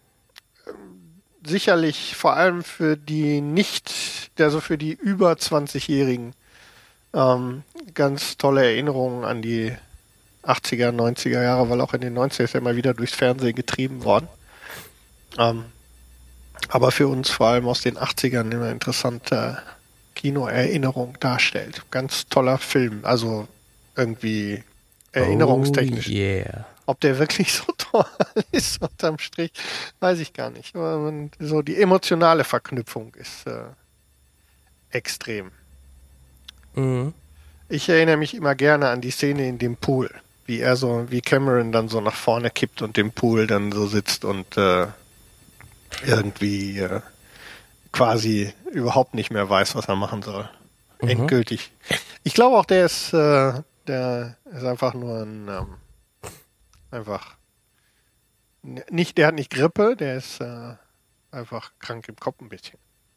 sicherlich vor allem für die nicht, also für die über zwanzigjährigen ähm, ganz tolle Erinnerungen an die achtziger, neunziger Jahre, weil auch in den neunziger ist ja immer wieder durchs Fernsehen getrieben worden. Ähm, aber für uns vor allem aus den achtzigern immer interessante Kinoerinnerung darstellt. Ganz toller Film, also irgendwie erinnerungstechnisch. Oh yeah. Ob der wirklich so toll ist unterm Strich, weiß ich gar nicht. Aber man, so die emotionale Verknüpfung ist äh, extrem. Mhm. Ich erinnere mich immer gerne an die Szene in dem Pool, wie er so, wie Cameron dann so nach vorne kippt und im Pool dann so sitzt und äh, irgendwie äh, quasi überhaupt nicht mehr weiß, was er machen soll. Mhm. Endgültig. Ich glaube auch, der ist, äh, der ist einfach nur ein, ähm, einfach, n- nicht, der hat nicht Grippe, der ist äh, einfach krank im Kopf ein bisschen.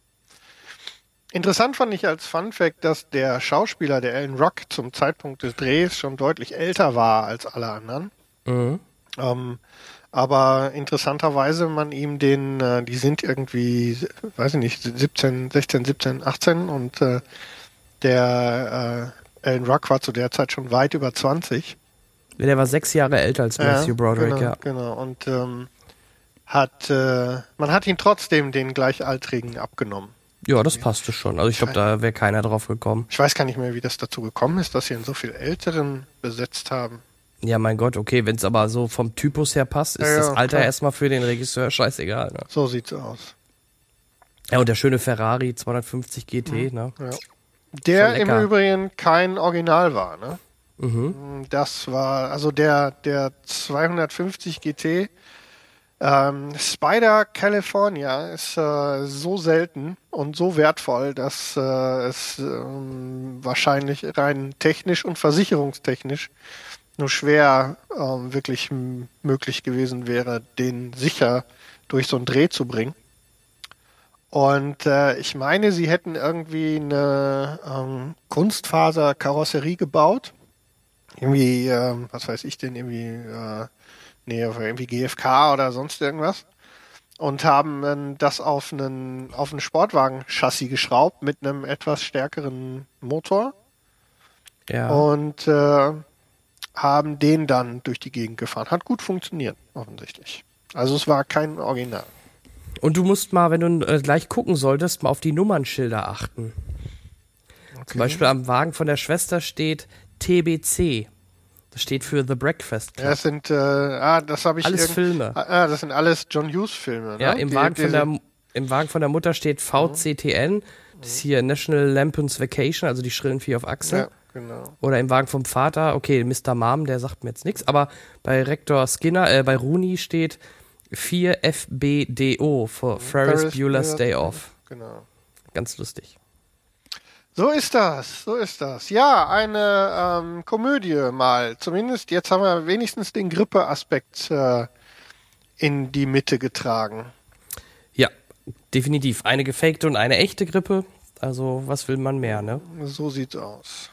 Interessant fand ich als Funfact, dass der Schauspieler, der Alan Ruck, zum Zeitpunkt des Drehs schon deutlich älter war als alle anderen. Mhm. Ähm, Aber interessanterweise man ihm den, äh, die sind irgendwie, weiß ich nicht, siebzehn, sechzehn, siebzehn, achtzehn und äh, der äh, Alan Ruck war zu der Zeit schon weit über zwanzig. Der war sechs Jahre älter als Matthew ja, Broderick, genau, ja. Genau, und ähm, hat, äh, man hat ihn trotzdem den Gleichaltrigen abgenommen. Ja, das passte schon. Also ich glaube, da wäre keiner drauf gekommen. Ich weiß gar nicht mehr, wie das dazu gekommen ist, dass sie einen so viel Älteren besetzt haben. Ja, mein Gott, okay, wenn es aber so vom Typus her passt, ist Ja, das ja, Alter klar. erstmal für den Regisseur scheißegal. Ne? So sieht's aus. Ja, und der schöne Ferrari zweihundertfünfzig G T, ne? Ja. Der Schon im lecker. Übrigen kein Original war, ne? Mhm. Das war, also der, der zweihundertfünfzig G T ähm, Spider California ist äh, so selten und so wertvoll, dass äh, es ähm, wahrscheinlich rein technisch und versicherungstechnisch nur schwer ähm, wirklich m- möglich gewesen wäre, den sicher durch so einen Dreh zu bringen. Und äh, ich meine, sie hätten irgendwie eine ähm, Kunstfaser-Karosserie gebaut. Irgendwie, ähm, was weiß ich denn, irgendwie, äh, nee, irgendwie G F K oder sonst irgendwas. Und haben dann das auf einen, auf einen Sportwagen-Chassis geschraubt mit einem etwas stärkeren Motor. Ja. Und äh, haben den dann durch die Gegend gefahren. Hat gut funktioniert, offensichtlich. Also es war kein Original. Und du musst mal, wenn du äh, gleich gucken solltest, mal auf die Nummernschilder achten. Okay. Zum Beispiel am Wagen von der Schwester steht T B C. Das steht für The Breakfast Club. Ja, das sind, äh, ah, das habe ich Alles irgend- Filme. Ah, das sind alles John Hughes Filme. Ja, ne? im Die- Wagen, von diese- der, im Wagen von der Mutter steht V C T N. Das ist hier National Lampoon's Vacation, also die schrillen Vieh auf Achse. Ja, genau. Oder im Wagen vom Vater, okay, Mister Mom, der sagt mir jetzt nichts, aber bei Rektor Skinner, äh, bei Rooney steht vier F B D O, für Ferris Ferris Bueller's Bueller's- Day Off. Genau. Ganz lustig. So ist das, so ist das. Ja, eine ähm, Komödie mal. Zumindest jetzt haben wir wenigstens den Grippe-Aspekt äh, in die Mitte getragen. Ja, definitiv. Eine gefakte und eine echte Grippe. Also, was will man mehr, ne? So sieht's aus.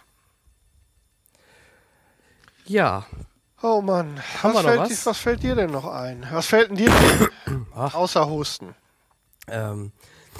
Ja, Oh Mann, Haben was wir noch fällt, was? dir- was fällt dir denn noch ein? Was fällt denn dir denn Ach. außer Husten? ähm,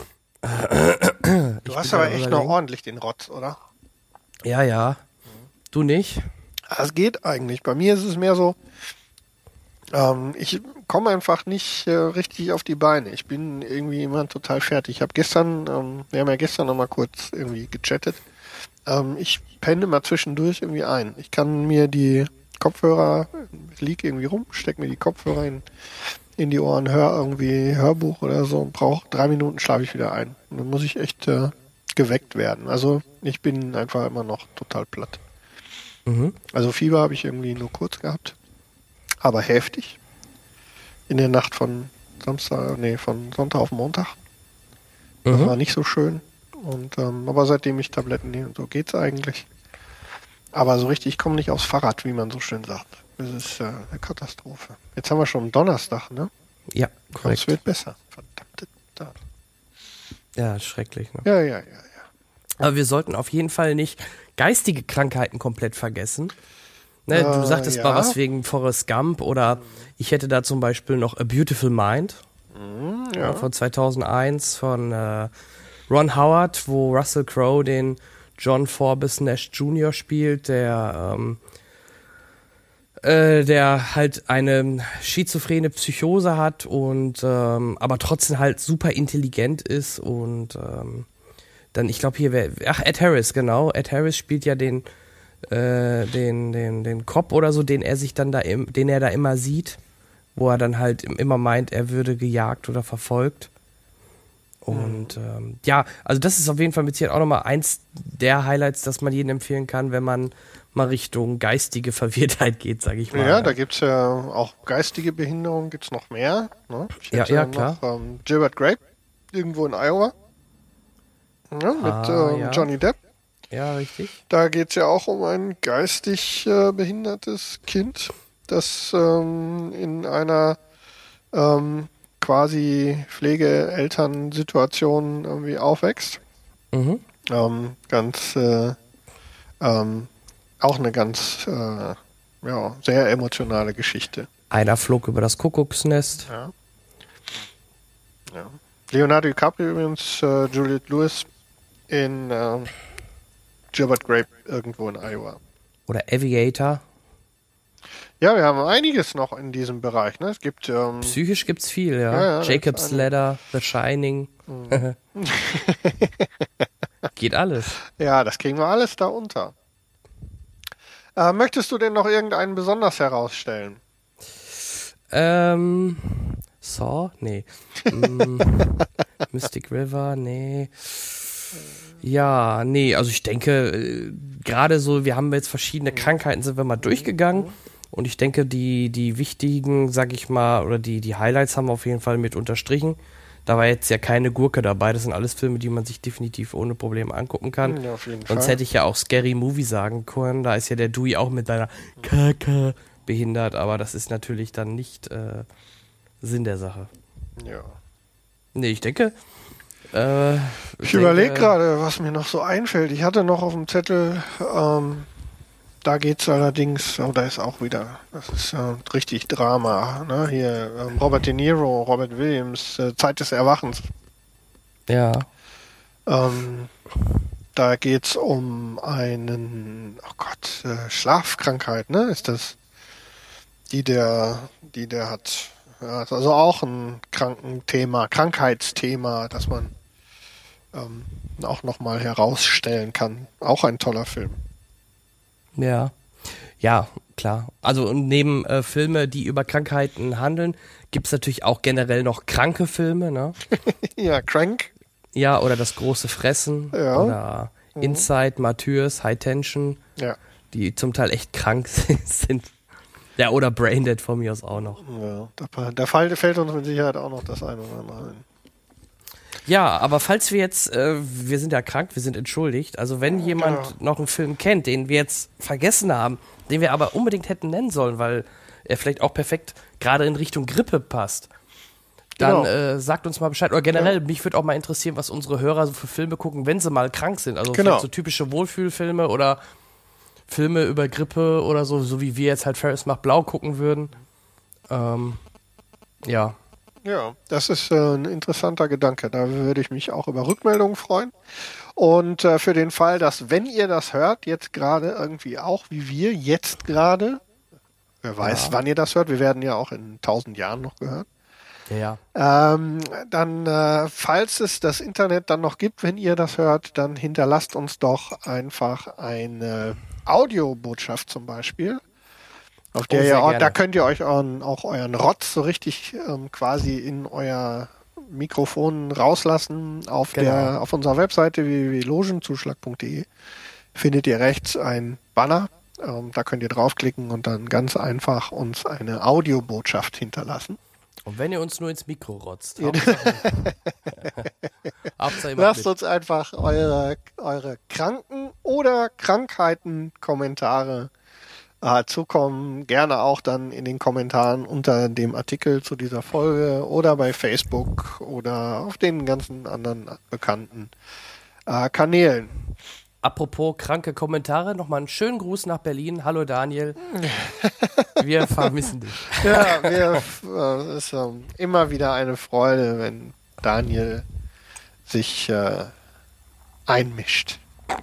Du hast bin aber am echt noch Überlegen. ordentlich den Rotz, oder? ja, ja. Du nicht? Das geht eigentlich. Bei mir ist es mehr so, ähm, ich komme einfach nicht äh, richtig auf die Beine. Ich bin irgendwie immer total fertig. Ich habe gestern, ähm, wir haben ja gestern noch mal kurz irgendwie gechattet. Ähm, ich penne mal zwischendurch irgendwie ein. Ich kann mir die Kopfhörer, ich liege irgendwie rum, stecke mir die Kopfhörer in, in die Ohren, höre irgendwie Hörbuch oder so und brauche drei Minuten, schlafe ich wieder ein. Und dann muss ich echt äh, geweckt werden. Also ich bin einfach immer noch total platt. Mhm. Also Fieber habe ich irgendwie nur kurz gehabt, aber heftig. In der Nacht von Samstag, nee, von Sonntag auf Montag. Das Mhm. war nicht so schön. Und ähm, aber seitdem ich Tabletten nehme, so geht's eigentlich. Aber so richtig, ich komme nicht aufs Fahrrad, wie man so schön sagt. Das ist äh, eine Katastrophe. Jetzt haben wir schon Donnerstag, ne? Ja, Es korrekt. wird besser. Verdammte Tat. Ja, schrecklich. Ne? Ja, ja, ja, ja. Aber wir sollten auf jeden Fall nicht geistige Krankheiten komplett vergessen. Ne, Äh, du sagtest ja. mal was wegen Forrest Gump oder ich hätte da zum Beispiel noch A Beautiful Mind Hm, ja. ja. von zweitausendeins von äh, Ron Howard, wo Russell Crowe den John Forbes Nash Junior spielt, der ähm, äh, der halt eine schizophrene Psychose hat und ähm, aber trotzdem halt super intelligent ist und ähm, dann, ich glaube hier, wer, ach, Ed Harris, genau, Ed Harris spielt ja den äh, den, den, den Cop oder so, den er sich dann da, im, den er da immer sieht, wo er dann halt immer meint, er würde gejagt oder verfolgt. Und ähm, ja, also das ist auf jeden Fall mit Sicherheit auch nochmal eins der Highlights, das man jedem empfehlen kann, wenn man mal Richtung geistige Verwirrtheit geht, sage ich mal. Ja, da gibt's ja auch geistige Behinderungen, gibt's noch mehr. Ne? Ich Ja, hätte ja, noch, klar. Ähm, Gilbert Grape, irgendwo in Iowa. Ja, mit Ah, ähm, ja. Johnny Depp. Ja, richtig. Da geht's ja auch um ein geistig äh, behindertes Kind, das ähm, in einer ähm, quasi Pflegeelternsituation irgendwie aufwächst. Mhm. Ähm, ganz, äh, ähm, auch eine ganz, äh, ja, sehr emotionale Geschichte. Einer flog über das Kuckucksnest. Ja. ja. Leonardo DiCaprio übrigens, äh, Juliette Lewis in äh, Gilbert Grape irgendwo in Iowa. Oder Aviator. Ja, wir haben einiges noch in diesem Bereich. Ne? Es gibt ähm, Psychisch gibt's viel, ja. Ja, ja, Jacob's Ladder, The Shining. Mhm. Geht alles. Ja, das kriegen wir alles da unter. Äh, möchtest du denn noch irgendeinen besonders herausstellen? Ähm, Saw? Nee. mm, Mystic River? Nee. Ja, nee, also ich denke, äh, gerade so, wir haben jetzt verschiedene Krankheiten, sind wir mal durchgegangen. Und ich denke, die, die wichtigen, sag ich mal, oder die, die Highlights haben wir auf jeden Fall mit unterstrichen. Da war jetzt ja keine Gurke dabei. Das sind alles Filme, die man sich definitiv ohne Probleme angucken kann. Ja, auf jeden Sonst Fall. hätte ich ja auch Scary Movie sagen können. Da ist ja der Dewey auch mit seiner Kaka behindert. Aber das ist natürlich dann nicht äh, Sinn der Sache. Ja. Nee, ich denke... Äh, Ich überlege gerade, was mir noch so einfällt. Ich hatte noch auf dem Zettel, ähm, da geht's allerdings, oh, da ist auch wieder, das ist äh, richtig Drama. Ne? Hier ähm, Robert De Niro, Robert Williams, äh, Zeit des Erwachens. Ja. Ähm, da geht's um einen, oh Gott, äh, Schlafkrankheit, ne? Ist das, die der, die der hat. Ja, ist also auch ein Krankenthema, Krankheitsthema, das man ähm, auch nochmal herausstellen kann. Auch ein toller Film. Ja. Ja, klar. Also und neben äh, Filme, die über Krankheiten handeln, gibt's natürlich auch generell noch kranke Filme, ne? Ja, Crank. Ja, oder Das große Fressen. Ja. Oder Mhm. Inside, Martyrs, High Tension, Ja. die zum Teil echt krank sind. Ja, oder Braindead von mir aus auch noch. Ja, da, da fällt, fällt uns mit Sicherheit auch noch das eine oder andere ein. Ja, aber falls wir jetzt, äh, wir sind ja krank, wir sind entschuldigt, also wenn jemand Genau. noch einen Film kennt, den wir jetzt vergessen haben, den wir aber unbedingt hätten nennen sollen, weil er vielleicht auch perfekt gerade in Richtung Grippe passt, dann Genau. äh, sagt uns mal Bescheid. Oder generell, mich würde auch mal interessieren, was unsere Hörer so für Filme gucken, wenn sie mal krank sind. Also Genau. vielleicht so typische Wohlfühlfilme oder Filme über Grippe oder so, so wie wir jetzt halt Ferris macht blau gucken würden. Ähm, ja. Ja, das ist äh, ein interessanter Gedanke. Da würde ich mich auch über Rückmeldungen freuen. Und äh, für den Fall, dass, wenn ihr das hört, jetzt gerade irgendwie auch wie wir, jetzt gerade, wer weiß, Ja. wann ihr das hört, wir werden ja auch in tausend Jahren noch gehört, Ja, ähm, dann, äh, falls es das Internet dann noch gibt, wenn ihr das hört, dann hinterlasst uns doch einfach eine Audiobotschaft zum Beispiel. Auf der Oh, sehr ihr, auch, gerne. da könnt ihr euch euren, auch euren Rotz so richtig ähm, quasi in euer Mikrofon rauslassen. Auf Genau. der, auf unserer Webseite w w w punkt logenzuschlag punkt d e findet ihr rechts ein Banner. Ähm, da könnt ihr draufklicken und dann ganz einfach uns eine Audiobotschaft hinterlassen. und wenn ihr uns nur ins Mikro rotzt. Hauptsache, Hauptsache ihr macht Lasst mit. uns einfach eure, eure Kranken- oder Krankheiten-Kommentare äh, zukommen. Gerne auch dann in den Kommentaren unter dem Artikel zu dieser Folge oder bei Facebook oder auf den ganzen anderen bekannten äh, Kanälen. Apropos kranke Kommentare, nochmal einen schönen Gruß nach Berlin. Hallo Daniel. Wir vermissen dich. Ja, wir, äh, es ist ähm, immer wieder eine Freude, wenn Daniel sich äh, einmischt.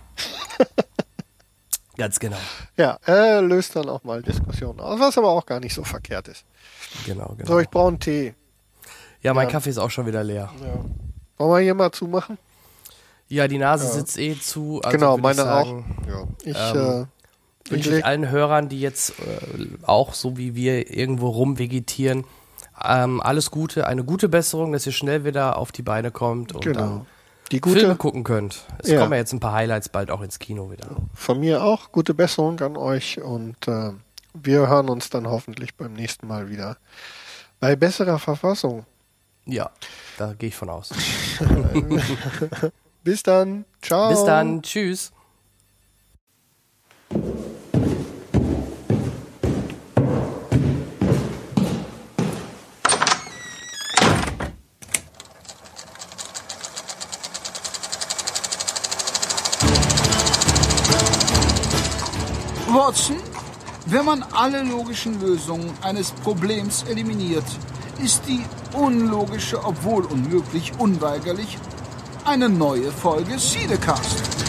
Ganz genau. Ja, er löst dann auch mal Diskussionen aus, was aber auch gar nicht so verkehrt ist. Genau, genau. So, ich brauche einen Tee. Ja, mein ja. Kaffee ist auch schon wieder leer. Ja. Wollen wir hier mal zumachen? Ja, die Nase Ja. sitzt eh zu. Also genau, würd meine ich sagen, auch. Ja. Ich, ähm, äh, ich wünsche ich leg, allen Hörern, die jetzt äh, auch so wie wir irgendwo rumvegetieren, ähm, alles Gute, eine gute Besserung, dass ihr schnell wieder auf die Beine kommt und genau. dann Die Filme gute, gucken könnt. Es Ja. kommen ja jetzt ein paar Highlights bald auch ins Kino wieder. von mir auch, gute Besserung an euch und äh, wir hören uns dann hoffentlich beim nächsten Mal wieder bei besserer Verfassung. Ja, da gehe ich von aus. Bis dann. Ciao. Bis dann. Tschüss. Watson, Wenn man alle logischen Lösungen eines Problems eliminiert, ist die unlogische, obwohl unmöglich, unweigerlich eine neue Folge Siedecast.